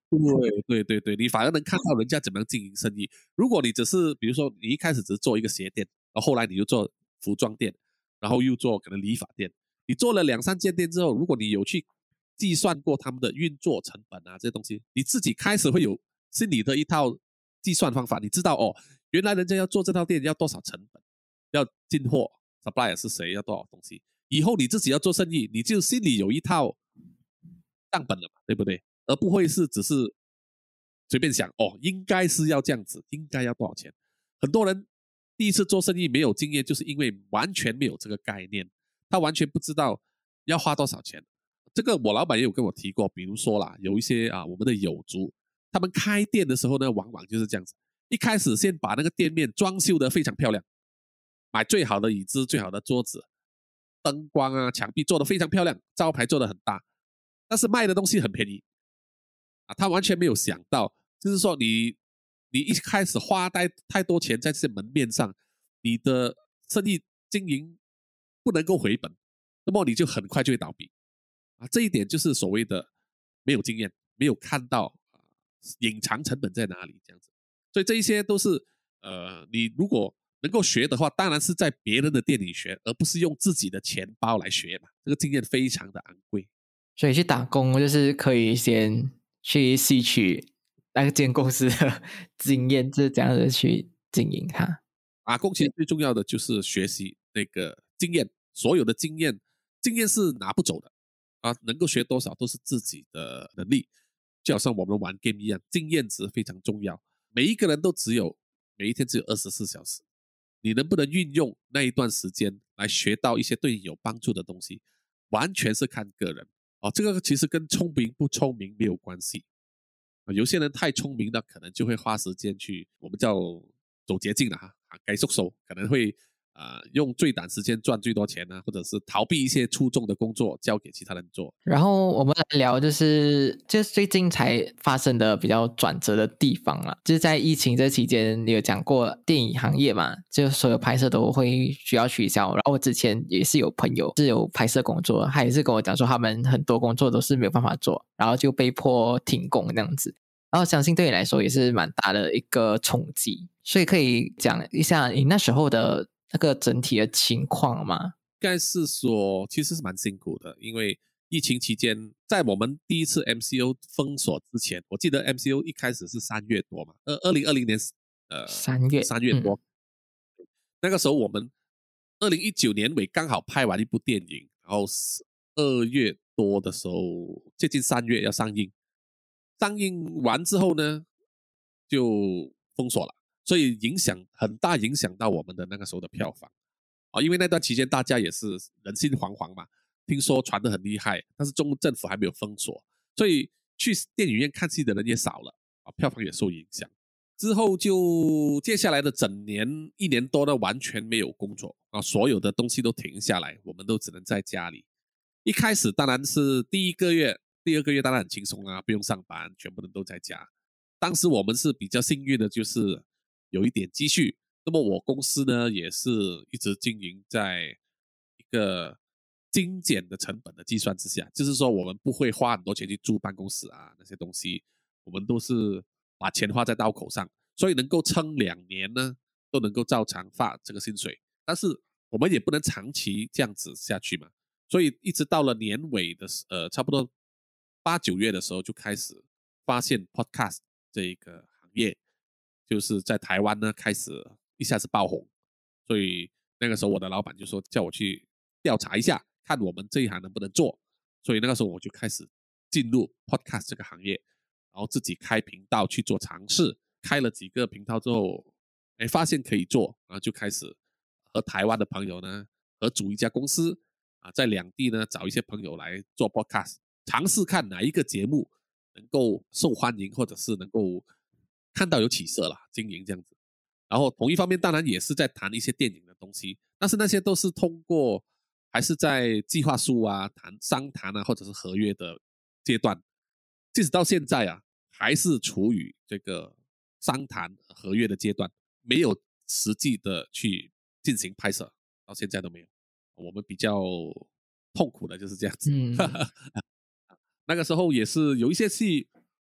S1: 对对对对，你反而能看到人家怎么样经营生意。如果你只是比如说你一开始只是做一个鞋店，然后后来你就做服装店，然后又做可能理发店，你做了两三间店之后，如果你有去计算过他们的运作成本啊这些东西，你自己开始会有心里的一套计算方法，你知道哦，原来人家要做这套店要多少成本，要进货 supplier 是谁，要多少东西，以后你自己要做生意，你就心里有一套账本了嘛，对不对？而不会是只是随便想哦，应该是要这样子，应该要多少钱。很多人第一次做生意没有经验，就是因为完全没有这个概念，他完全不知道要花多少钱。这个我老板也有跟我提过，比如说啦，有一些啊我们的友族，他们开店的时候呢，往往就是这样子，一开始先把那个店面装修得非常漂亮，买最好的椅子、最好的桌子，灯光啊、墙壁做得非常漂亮，招牌做得很大，但是卖的东西很便宜啊，他完全没有想到，就是说你你一开始花太太多钱在这些门面上，你的生意经营不能够回本，那么你就很快就会倒闭啊。这一点就是所谓的没有经验，没有看到啊隐藏成本在哪里这样子。所以这一些都是呃，你如果能够学的话，当然是在别人的店里学，而不是用自己的钱包来学嘛。这个经验非常的昂贵。
S2: 所以去打工就是可以先去吸取那间公司的经验，就是这样子去经营它。
S1: 打工其实最重要的就是学习那个经验，所有的经验，经验是拿不走的啊，能够学多少都是自己的能力，就好像我们玩 game 一样，经验值非常重要。每一个人都只有每一天只有二十四小时，你能不能运用那一段时间来学到一些对你有帮助的东西，完全是看个人哦。这个其实跟聪明不聪明没有关系。有些人太聪明了，可能就会花时间去我们叫走捷径了哈，改缩手，可能会啊、呃、用最短时间赚最多钱呢、啊，或者是逃避一些出众的工作交给其他人做。
S2: 然后我们来聊，就是就是最近才发生的比较转折的地方啦，就是在疫情这期间，你有讲过电影行业嘛，就所有拍摄都会需要取消。然后我之前也是有朋友是有拍摄工作，他也是跟我讲说，他们很多工作都是没有办法做，然后就被迫停工这样子。然后相信对你来说也是蛮大的一个冲击，所以可以讲一下你那时候的那个整体的情况吗？
S1: 应该是说，其实是蛮辛苦的，因为疫情期间，在我们第一次 M C O 封锁之前，我记得 M C O 一开始是三月多嘛，二二零二零年呃
S2: 三月，
S1: 三月多，嗯、那个时候我们二零一九年尾刚好拍完一部电影，然后二月多的时候，接近三月要上映，上映完之后呢，就封锁了，所以影响很大，影响到我们的那个时候的票房。啊，因为那段期间大家也是人心惶惶嘛，听说传得很厉害，但是中国政府还没有封锁，所以去电影院看戏的人也少了啊，票房也受影响。之后就接下来的整年一年多呢，完全没有工作啊，所有的东西都停下来，我们都只能在家里。一开始当然是第一个月、第二个月当然很轻松啊，不用上班，全部人都在家。当时我们是比较幸运的，就是有一点积蓄。那么我公司呢，也是一直经营在一个精简的成本的计算之下，就是说我们不会花很多钱去租办公室啊那些东西，我们都是把钱花在刀口上，所以能够撑两年呢，都能够照常发这个薪水。但是我们也不能长期这样子下去嘛，所以一直到了年尾的呃，差不多八九月的时候，就开始发现 Podcast 这一个行业，就是在台湾呢开始一下子爆红，所以那个时候我的老板就说叫我去调查一下，看我们这一行能不能做。所以那个时候我就开始进入 Podcast 这个行业，然后自己开频道去做尝试，开了几个频道之后，哎，发现可以做，然后就开始和台湾的朋友呢合组一家公司啊，在两地呢找一些朋友来做 Podcast，尝试看哪一个节目能够受欢迎，或者是能够看到有起色啦，经营这样子。然后同一方面，当然也是在谈一些电影的东西，但是那些都是通过还是在计划书啊、谈商谈啊，或者是合约的阶段，即使到现在啊，还是处于这个商谈合约的阶段，没有实际的去进行拍摄，到现在都没有。我们比较痛苦的就是这样子。
S2: 嗯，
S1: 那个时候也是有一些戏，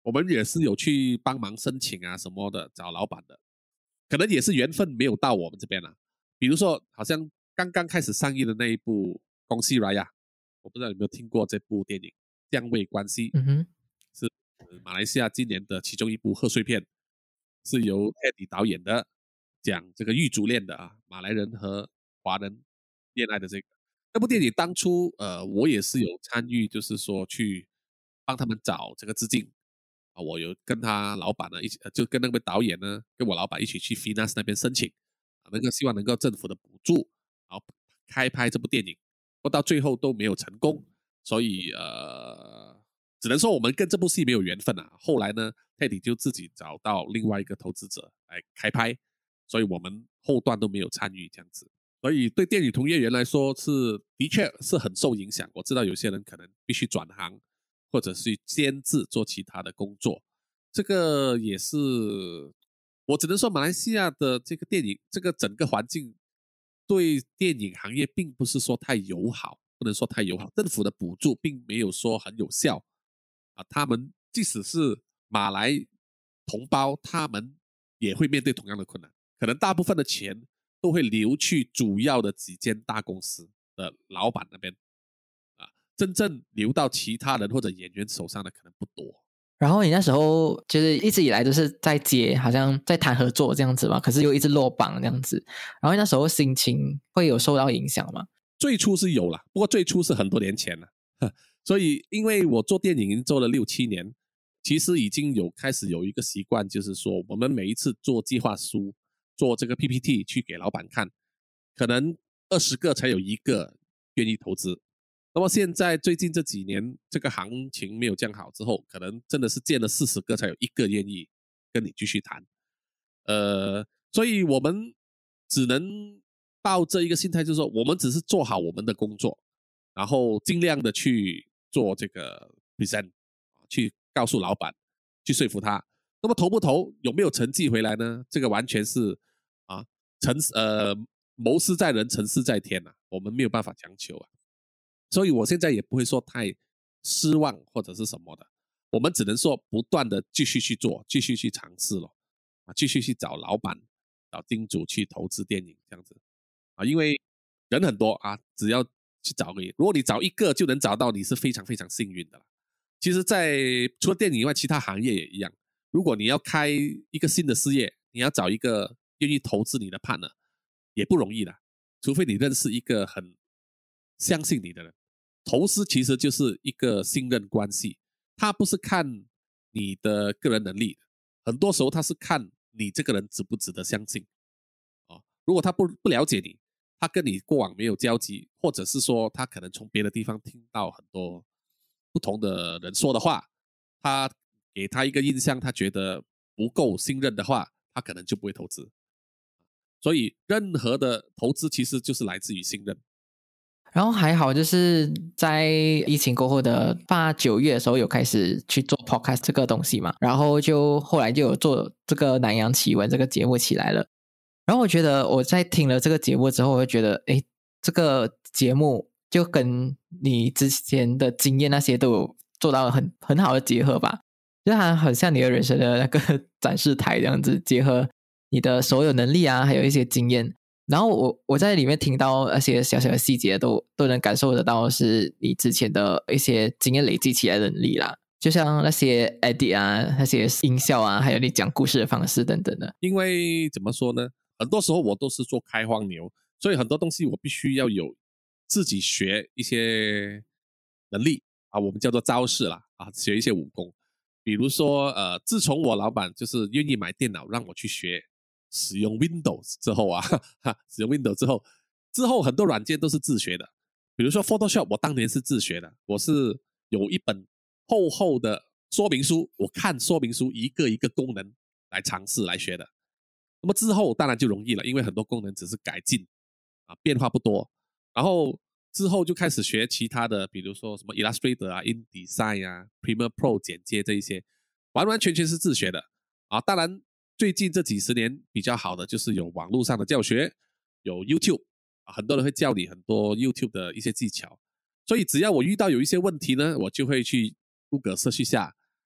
S1: 我们也是有去帮忙申请啊什么的，找老板的，可能也是缘分没有到我们这边了、啊。比如说，好像刚刚开始上映的那一部《恭喜 Raya》，我不知道有没有听过这部电影《降位关系》，
S2: 嗯哼，
S1: 是马来西亚今年的其中一部贺岁片，是由 Teddy 导演的，讲这个狱卒恋的啊，马来人和华人恋爱的这个。那部电影当初呃，我也是有参与，就是说去帮他们找这个资金啊，我有跟他老板呢一起，呃就跟那位导演呢，跟我老板一起去 Finas 那边申请啊，那个希望能够政府的补助，然后开拍这部电影，不过到最后都没有成功，所以呃，只能说我们跟这部戏没有缘分啊。后来呢，泰迪就自己找到另外一个投资者来开拍，所以我们后段都没有参与这样子。所以对电影从业员来说是的确是很受影响。我知道有些人可能必须转行，或者是兼职做其他的工作，这个也是我只能说马来西亚的这个电影这个整个环境对电影行业并不是说太友好，不能说太友好，政府的补助并没有说很有效啊。他们即使是马来同胞，他们也会面对同样的困难，可能大部分的钱都会流去主要的几间大公司的老板那边啊，真正流到其他人或者演员手上的可能不多。
S2: 然后你那时候就是一直以来都是在接，好像在谈合作这样子嘛，可是又一直落榜这样子。然后那时候心情会有受到影响吗？
S1: 最初是有啦，不过最初是很多年前了，所以因为我做电影已经做了六七年，其实已经有开始有一个习惯，就是说我们每一次做计划书、做这个 P P T 去给老板看，可能二十个才有一个愿意投资。那么现在最近这几年这个行情没有这样好之后，可能真的是见了四十个才有一个愿意跟你继续谈。呃，所以我们只能抱这一个心态，就是说我们只是做好我们的工作，然后尽量的去做这个 present， 去告诉老板，去说服他。那么投不投，有没有成绩回来呢？这个完全是啊，成呃谋事在人，成事在天呐、啊，我们没有办法强求啊。所以我现在也不会说太失望或者是什么的，我们只能说不断的继续去做，继续去尝试咯，啊，继续去找老板、找金主去投资电影这样子啊，因为人很多啊，只要去找个，如果你找一个就能找到，你是非常非常幸运的了。其实在，除了电影以外，其他行业也一样。如果你要开一个新的事业，你要找一个愿意投资你的 partner 也不容易的，除非你认识一个很相信你的人。投资其实就是一个信任关系，他不是看你的个人能力，很多时候他是看你这个人值不值得相信。哦，如果他不不了解你，他跟你过往没有交集，或者是说他可能从别的地方听到很多不同的人说的话，他给他一个印象，他觉得不够信任的话，他可能就不会投资。所以任何的投资其实就是来自于信任。
S2: 然后还好，就是在疫情过后的八九月的时候，有开始去做 podcast 这个东西嘛，然后就后来就有做这个南洋奇闻这个节目起来了。然后我觉得我在听了这个节目之后，我会觉得，诶，这个节目就跟你之前的经验那些都有做到很很好的结合吧，就它很像你的人生的那个展示台这样子，结合你的所有能力啊，还有一些经验。然后我我在里面听到那些小小的细节都都能感受得到是你之前的一些经验累积起来的能力啦，就像那些 edit 啊，那些音效啊，还有你讲故事的方式等等的。
S1: 因为怎么说呢，很多时候我都是做开荒牛，所以很多东西我必须要有自己学一些能力啊，我们叫做招式啦啊，学一些武功。比如说呃，自从我老板就是愿意买电脑让我去学使用 Windows 之后啊，哈，使用 Windows 之后，之后很多软件都是自学的。比如说 Photoshop， 我当年是自学的，我是有一本厚厚的说明书，我看说明书一个一个功能来尝试来学的。那么之后当然就容易了，因为很多功能只是改进啊，变化不多。然后之后就开始学其他的，比如说什么 Illustrator 啊、InDesign 啊、Premiere Pro 剪接这一些，完完全全是自学的啊。当然最近这几十年比较好的就是有网络上的教学，有 YouTube 啊，很多人会教你很多 YouTube 的一些技巧。所以只要我遇到有一些问题呢，我就会去 Google 搜一下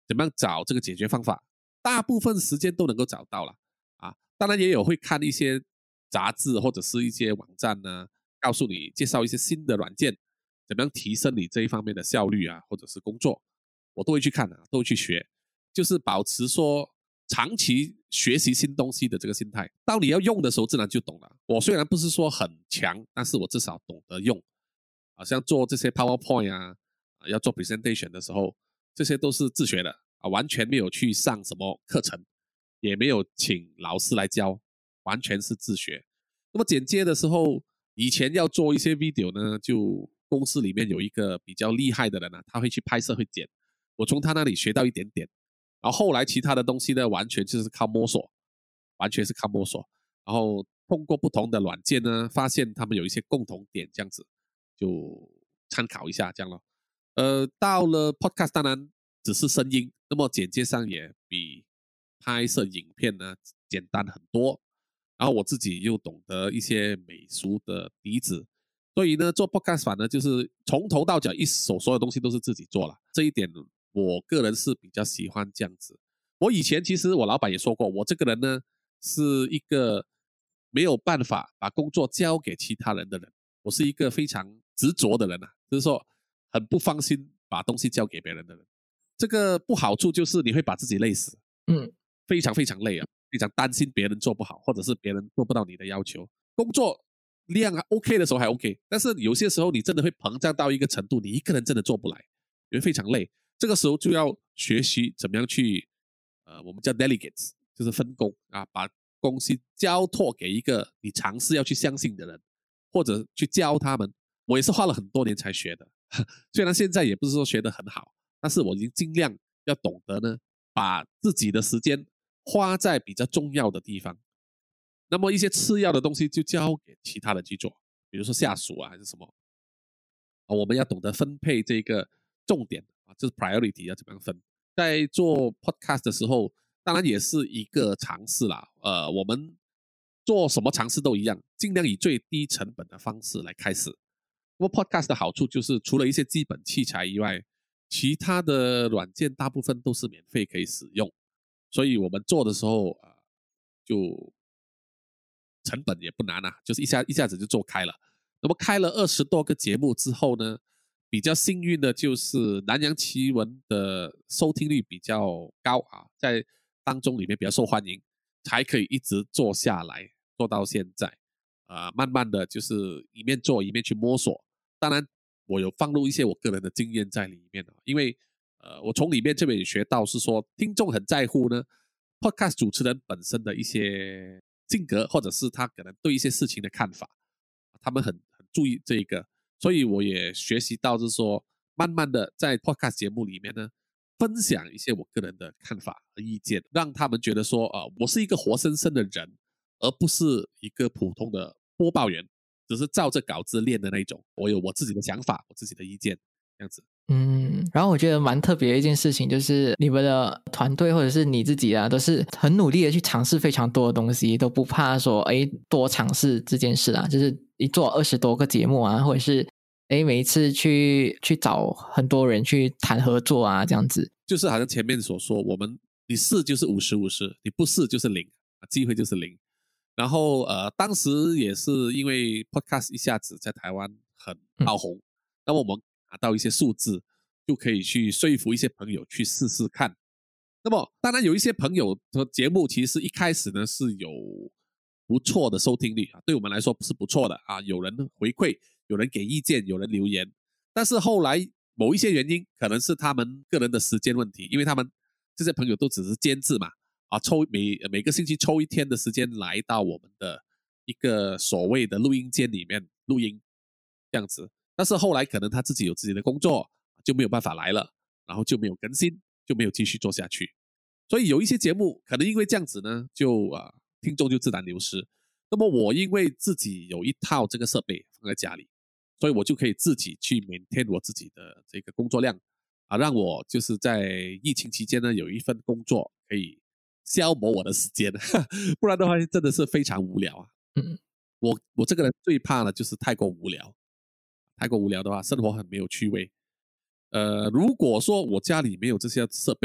S1: 怎么样找这个解决方法，大部分时间都能够找到了啊。当然也有会看一些杂志或者是一些网站呢，告诉你介绍一些新的软件，怎么样提升你这一方面的效率啊，或者是工作，我都会去看啊，都会去学，就是保持说长期学习新东西的这个心态。到你要用的时候，自然就懂了。我虽然不是说很强，但是我至少懂得用。好像做这些 PowerPoint 啊，要做 presentation 的时候，这些都是自学的啊，完全没有去上什么课程，也没有请老师来教，完全是自学。那么剪接的时候，以前要做一些 video 呢，就公司里面有一个比较厉害的人啊，他会去拍摄会剪，我从他那里学到一点点。然后后来其他的东西呢，完全就是靠摸索，完全是靠摸索。然后通过不同的软件呢，发现他们有一些共同点，这样子就参考一下这样咯。呃，到了 podcast 当然只是声音，那么剪接上也比拍摄影片呢简单很多。然后我自己又懂得一些美术的底子，所以呢，做 podcast 反而就是从头到脚一手所有东西都是自己做了。这一点我个人是比较喜欢这样子。我以前其实我老板也说过，我这个人呢是一个没有办法把工作交给其他人的人，我是一个非常执着的人啊，就是说很不放心把东西交给别人的人。这个不好处就是你会把自己累死，
S2: 嗯，
S1: 非常非常累啊，非常担心别人做不好，或者是别人做不到你的要求。工作量啊 OK 的时候还 OK，但是有些时候你真的会膨胀到一个程度，你一个人真的做不来，你会非常累。这个时候就要学习怎么样去，呃，我们叫 delegates， 就是分工啊，把东西交托给一个你尝试要去相信的人，或者去教他们。我也是花了很多年才学的，虽然现在也不是说学得很好，但是我已经尽量要懂得呢，把自己的时间花在比较重要的地方。那么一些次要的东西就交给其他人去做，比如说下属啊还是什么，啊，我们要懂得分配这个重点啊，就是 priority 要怎么样分。在做 podcast 的时候，当然也是一个尝试啦。呃，我们做什么尝试都一样，尽量以最低成本的方式来开始。那么 podcast 的好处就是，除了一些基本器材以外，其他的软件大部分都是免费可以使用，所以我们做的时候啊、呃就成本也不难啊，就是一下一下子就做开了。那么开了二十多个节目之后呢，比较幸运的就是南洋奇闻的收听率比较高啊，在当中里面比较受欢迎，才可以一直做下来，做到现在。啊、呃，慢慢的就是一面做一面去摸索。当然，我有放入一些我个人的经验在里面啊，因为呃，我从里面这边也学到是说，听众很在乎呢，podcast 主持人本身的一些性格，或者是他可能对一些事情的看法，他们很很注意这一个，所以我也学习到是说，慢慢的在 podcast 节目里面呢，分享一些我个人的看法和意见，让他们觉得说，呃，我是一个活生生的人，而不是一个普通的播报员，只是照着稿子练的那种。我有我自己的想法，我自己的意见，这样子。
S2: 嗯，然后我觉得蛮特别的一件事情，就是你们的团队或者是你自己啊，都是很努力的去尝试非常多的东西，都不怕说哎多尝试这件事啊，就是一做二十多个节目啊，或者是哎每一次去去找很多人去谈合作啊，这样子。
S1: 就是好像前面所说，我们你试就是五十五十，你不试就是零，机会就是零。然后呃，当时也是因为 podcast 一下子在台湾很爆红，嗯、那么我们拿到一些数字，就可以去说服一些朋友去试试看。那么当然有一些朋友的节目其实一开始呢是有不错的收听率啊，对我们来说是不错的啊，有人回馈，有人给意见，有人留言。但是后来某一些原因，可能是他们个人的时间问题，因为他们这些朋友都只是监制嘛，啊，抽每每个星期抽一天的时间来到我们的一个所谓的录音间里面录音，这样子。但是后来可能他自己有自己的工作，就没有办法来了，然后就没有更新，就没有继续做下去。所以有一些节目可能因为这样子呢，就啊、呃、听众就自然流失。那么我因为自己有一套这个设备放在家里，所以我就可以自己去 maintain 我自己的这个工作量啊，让我就是在疫情期间呢有一份工作可以消磨我的时间，不然的话真的是非常无聊啊。
S2: 嗯，
S1: 我我这个人最怕的就是太过无聊，太过无聊的话，生活很没有趣味。呃，如果说我家里没有这些设备，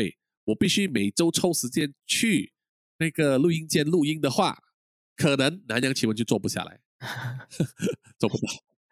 S1: 我必须每周抽时间去那个录音间录音的话，可能南洋奇闻就做不下来，做不到。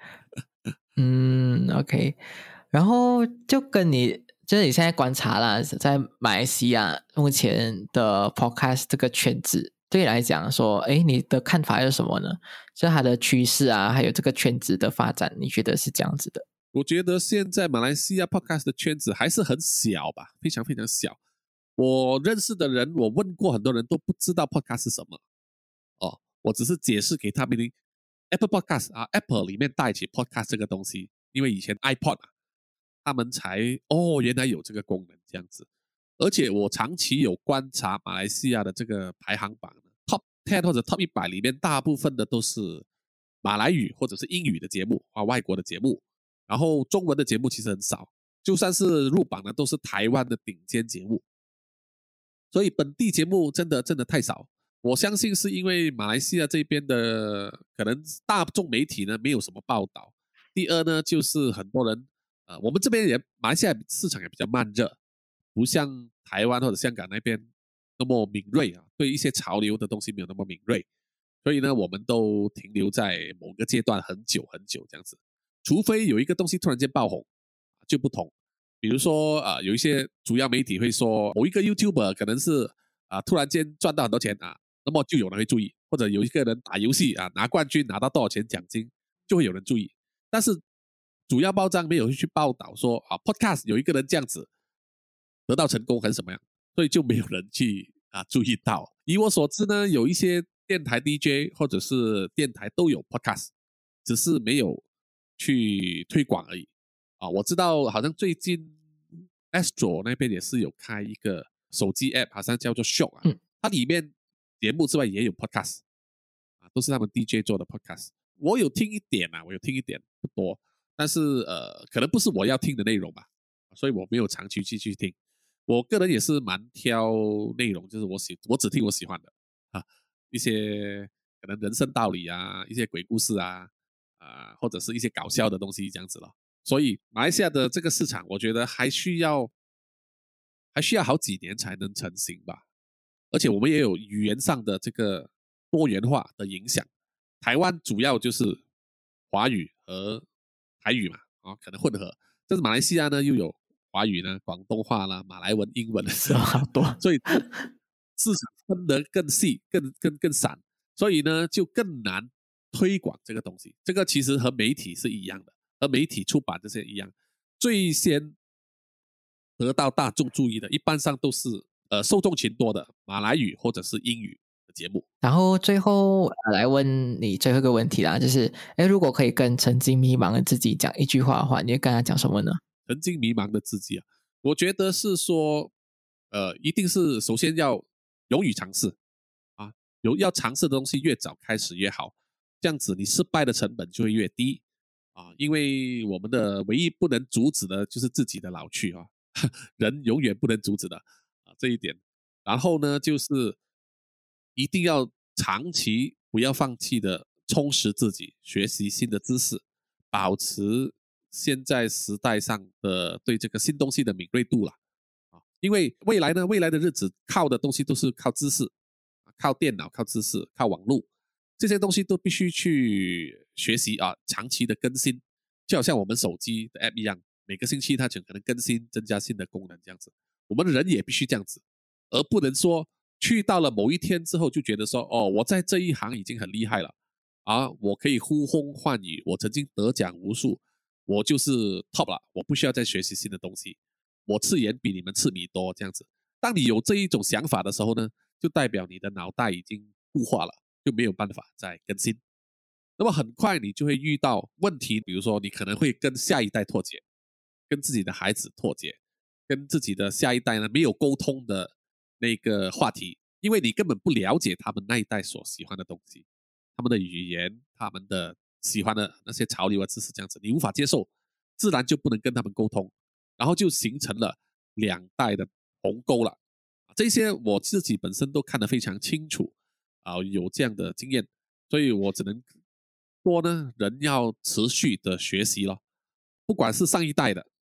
S2: 嗯，OK。然后就跟你，就是你现在观察啦，在马来西亚目前的 Podcast 这个圈子，对你来讲说，哎，你的看法是什么呢？就是它的趋势啊，还有这个圈子的发展，你觉得是这样子的？
S1: 我觉得现在马来西亚 Podcast 的圈子还是很小吧，非常非常小。我认识的人，我问过很多人都不知道 Podcast 是什么。哦，我只是解释给他们听 Apple Podcast 啊 ，Apple 里面带起 Podcast 这个东西，因为以前 iPod 啊，他们才哦原来有这个功能这样子。而且我长期有观察马来西亚的这个排行榜 Top Ten 或者 Top 一百里面，大部分的都是马来语或者是英语的节目啊，外国的节目。然后中文的节目其实很少，就算是入榜的都是台湾的顶尖节目，所以本地节目真的真的太少。我相信是因为马来西亚这边的可能大众媒体呢没有什么报道。第二呢，就是很多人呃，我们这边也马来西亚市场也比较慢热，不像台湾或者香港那边那么敏锐啊，对一些潮流的东西没有那么敏锐。所以呢，我们都停留在某个阶段很久很久这样子。除非有一个东西突然间爆红，就不同。比如说，呃，有一些主要媒体会说某一个 YouTuber 可能是啊、呃、突然间赚到很多钱啊，那么就有人会注意。或者有一个人打游戏啊拿冠军拿到多少钱奖金，就会有人注意。但是主要报章没有去报道说啊 Podcast 有一个人这样子得到成功还是什么样，所以就没有人去啊注意到。以我所知呢，有一些电台 D J 或者是电台都有 Podcast， 只是没有去推广而已啊。我知道好像最近 Astro 那边也是有开一个手机 App， 好像叫做 Show 啊，
S2: 嗯，
S1: 它里面节目之外也有 Podcast 啊，都是他们 D J 做的 Podcast。我有听一点啊，我有听一点，不多，但是呃，可能不是我要听的内容吧，所以我没有长期继续听。我个人也是蛮挑内容，就是我喜我只听我喜欢的啊，一些可能人生道理啊，一些鬼故事啊，啊、呃或者是一些搞笑的东西这样子了。所以马来西亚的这个市场，我觉得还需要还需要好几年才能成型吧。而且我们也有语言上的这个多元化的影响。台湾主要就是华语和台语嘛，啊，可能混合。但是马来西亚呢，又有华语呢、广东话啦、马来文、英文，
S2: 是好多，
S1: 所以市场分得更细、更更更散，所以呢就更难推广这个东西。这个其实和媒体是一样的，和媒体出版这些一样，最先得到大众注意的，一般上都是呃受众群多的马来语或者是英语的节目。
S2: 然后最后来问你最后一个问题啦，就是哎，如果可以跟曾经迷茫的自己讲一句话的话，你会跟他讲什么呢？
S1: 曾经迷茫的自己啊，我觉得是说，呃，一定是首先要勇于尝试啊，有要尝试的东西越早开始越好，这样子你失败的成本就会越低啊，因为我们的唯一不能阻止的就是自己的老去啊，人永远不能阻止的啊这一点。然后呢，就是一定要长期不要放弃的充实自己，学习新的知识，保持现在时代上的对这个新东西的敏锐度了啊。因为未来呢，未来的日子靠的东西都是靠知识，靠电脑，靠知识，靠网络，这些东西都必须去学习啊，长期的更新，就好像我们手机的 app 一样，每个星期它就可能更新，增加新的功能这样子。我们人也必须这样子，而不能说去到了某一天之后就觉得说，哦，我在这一行已经很厉害了啊，我可以呼风唤雨，我曾经得奖无数，我就是 top 了，我不需要再学习新的东西，我吃盐比你们吃米多这样子。当你有这一种想法的时候呢，就代表你的脑袋已经固化了，就没有办法再更新。那么很快你就会遇到问题，比如说你可能会跟下一代脱节，跟自己的孩子脱节，跟自己的下一代呢没有沟通的那个话题，因为你根本不了解他们那一代所喜欢的东西，他们的语言，他们的喜欢的那些潮流啊知识这样子，你无法接受，自然就不能跟他们沟通，然后就形成了两代的鸿沟了。这些我自己本身都看得非常清楚啊，有这样的经验，所以我只能说呢，人要持续的学习了，不管是上一代的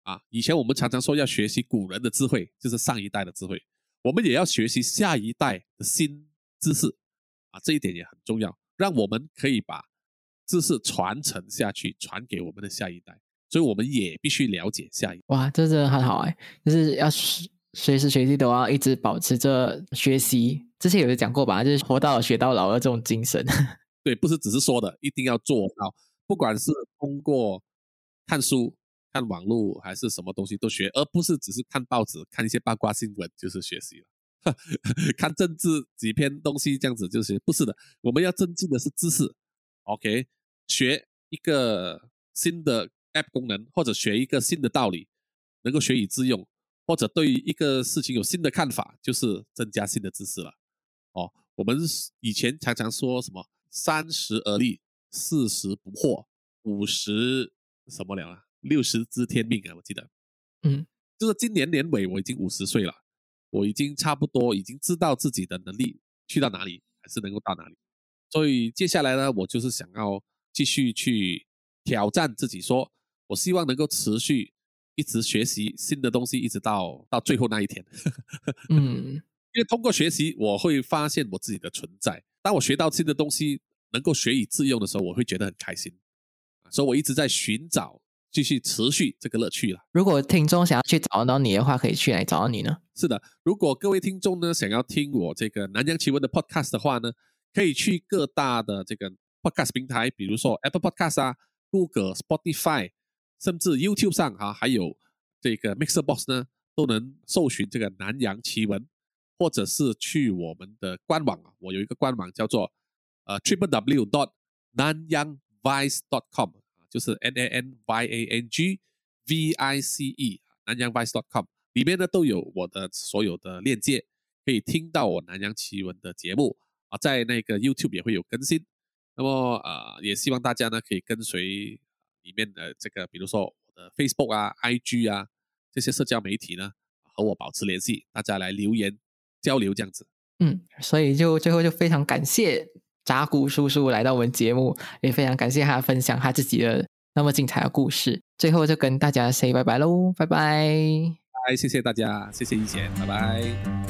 S1: 啊，以前我们常常说要学习古人的智慧，就是上一代的智慧，我们也要学习下一代的新知识啊，这一点也很重要，让我们可以把知识传承下去，传给我们的下一代，所以我们也必须了解下一代。
S2: 哇，这真的很好哎，就是要随时随地都要一直保持着学习。之前有人讲过吧，就是活到老学到老的这种精神。
S1: 对，不是只是说的，一定要做到，不管是通过看书、看网络还是什么东西都学，而不是只是看报纸、看一些八卦新闻就是学习了。看政治几篇东西这样子就是不是的，我们要增进的是知识。OK， 学一个新的 App 功能，或者学一个新的道理，能够学以致用，或者对于一个事情有新的看法，就是增加新的知识了。哦，我们以前常常说什么三十而立，四十不惑，五十什么了啊？六十知天命啊，我记得。
S2: 嗯，
S1: 就是今年年尾我已经五十岁了，我已经差不多已经知道自己的能力去到哪里，还是能够到哪里。所以接下来呢，我就是想要继续去挑战自己说，我希望能够持续一直学习新的东西，一直到到最后那一天。嗯，因为通过学习，我会发现我自己的存在。当我学到新的东西，能够学以致用的时候，我会觉得很开心。所以我一直在寻找，继续持续这个乐趣了。
S2: 如果听众想要去找到你的话，可以去哪里找到你呢？
S1: 是的，如果各位听众呢想要听我这个南洋奇闻的 podcast 的话呢，可以去各大的这个 podcast 平台，比如说 Apple Podcast 啊、Google、Spotify， 甚至 YouTube 上啊，还有这个 Mixer Box 呢，都能搜寻这个南洋奇闻，或者是去我们的官网啊，我有一个官网叫做呃 triple w dot nanyang vice dot com， 就是 N A N Y A N G V I C E nanyang vice dot com， 里面呢都有我的所有的链接，可以听到我南洋奇闻的节目啊，在那个 YouTube 也会有更新。那么呃，也希望大家呢可以跟随里面的这个，比如说我的 Facebook 啊、I G 啊这些社交媒体呢，和我保持联系，大家来留言交流这样子。
S2: 嗯，所以就最后就非常感谢扎古叔叔来到我们节目，也非常感谢他分享他自己的那么精彩的故事。最后就跟大家 say 拜拜喽，拜拜。
S1: 拜，谢谢大家，谢谢一贤，拜拜。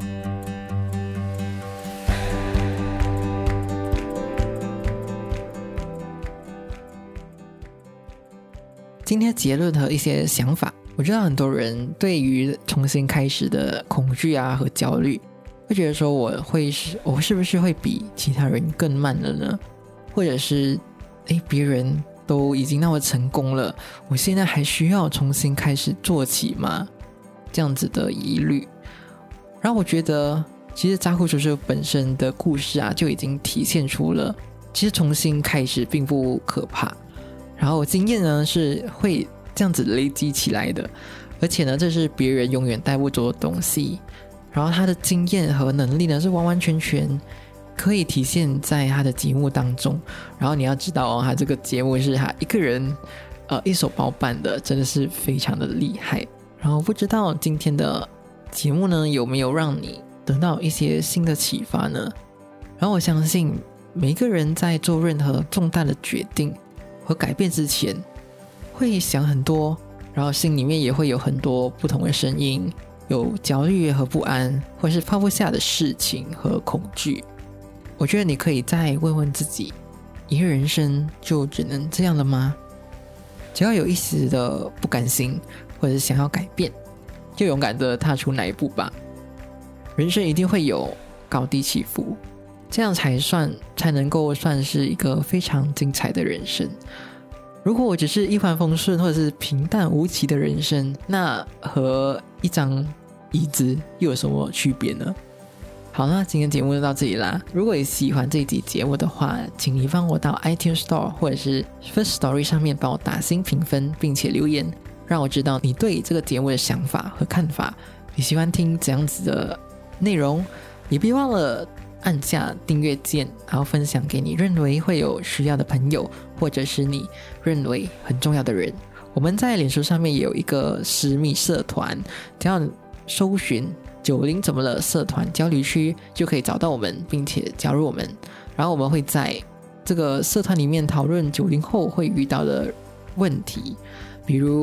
S2: 今天结论和一些想法，我知道很多人对于重新开始的恐惧啊和焦虑，会觉得说我会是我是不是会比其他人更慢了呢？或者是诶别人都已经那么成功了，我现在还需要重新开始做起吗？这样子的疑虑。然后我觉得其实扎古叔叔本身的故事啊，就已经体现出了其实重新开始并不可怕，然后经验呢是会这样子累积起来的，而且呢这是别人永远带不走的东西。然后他的经验和能力呢是完完全全可以体现在他的节目当中。然后你要知道哦，他这个节目是他一个人呃一手包办的，真的是非常的厉害。然后不知道今天的节目呢有没有让你得到一些新的启发呢？然后我相信每一个人在做任何重大的决定和改变之前，会想很多，然后心里面也会有很多不同的声音，有焦虑和不安，或是放不下的事情和恐惧。我觉得你可以再问问自己，一个人生就只能这样了吗？只要有一丝的不甘心，或者是想要改变，就勇敢的踏出那一步吧。人生一定会有高低起伏，这样才算才能够算是一个非常精彩的人生。如果我只是一帆风顺或者是平淡无奇的人生，那和一张椅子又有什么区别呢？好啦，今天节目就到这里啦。如果你喜欢这一集节目的话，请你帮我到 iTunes Store 或者是 First Story 上面帮我打星评分，并且留言，让我知道你对这个节目的想法和看法。你喜欢听怎样子的内容？也别忘了按下订阅键，然后分享给你认为会有需要的朋友，或者是你认为很重要的人。我们在脸书上面也有一个私密社团，只要搜寻九零怎么了社团交流区就可以找到我们，并且加入我们。然后我们会在这个社团里面讨论九零后会遇到的问题，比如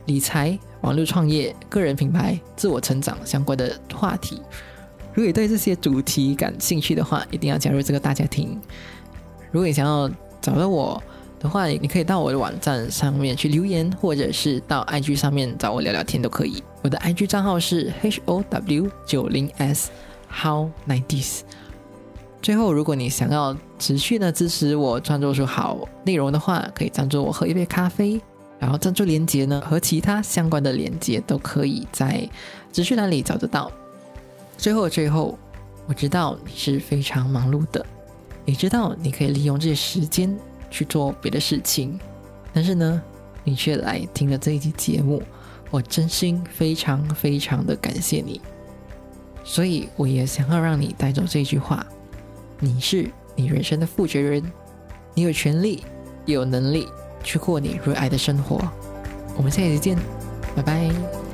S2: 理财、网络创业、个人品牌、自我成长相关的话题。如果你对这些主题感兴趣的话，一定要加入这个大家庭。如果你想要找到我的话，你可以到我的网站上面去留言，或者是到 I G 上面找我聊聊天都可以。我的 I G 账号是 H O W 九十 S How nineties。 最后，如果你想要持续的支持我创作出好内容的话，可以赞助我喝一杯咖啡，然后赞助连结呢和其他相关的连结都可以在资讯栏里找得到。最后最后，我知道你是非常忙碌的，也知道你可以利用这些时间去做别的事情，但是呢你却来听了这一集节目，我真心非常非常的感谢你。所以我也想要让你带走这句话，你是你人生的负责人，你有权利也有能力去过你热爱的生活。我们下一集见，拜拜。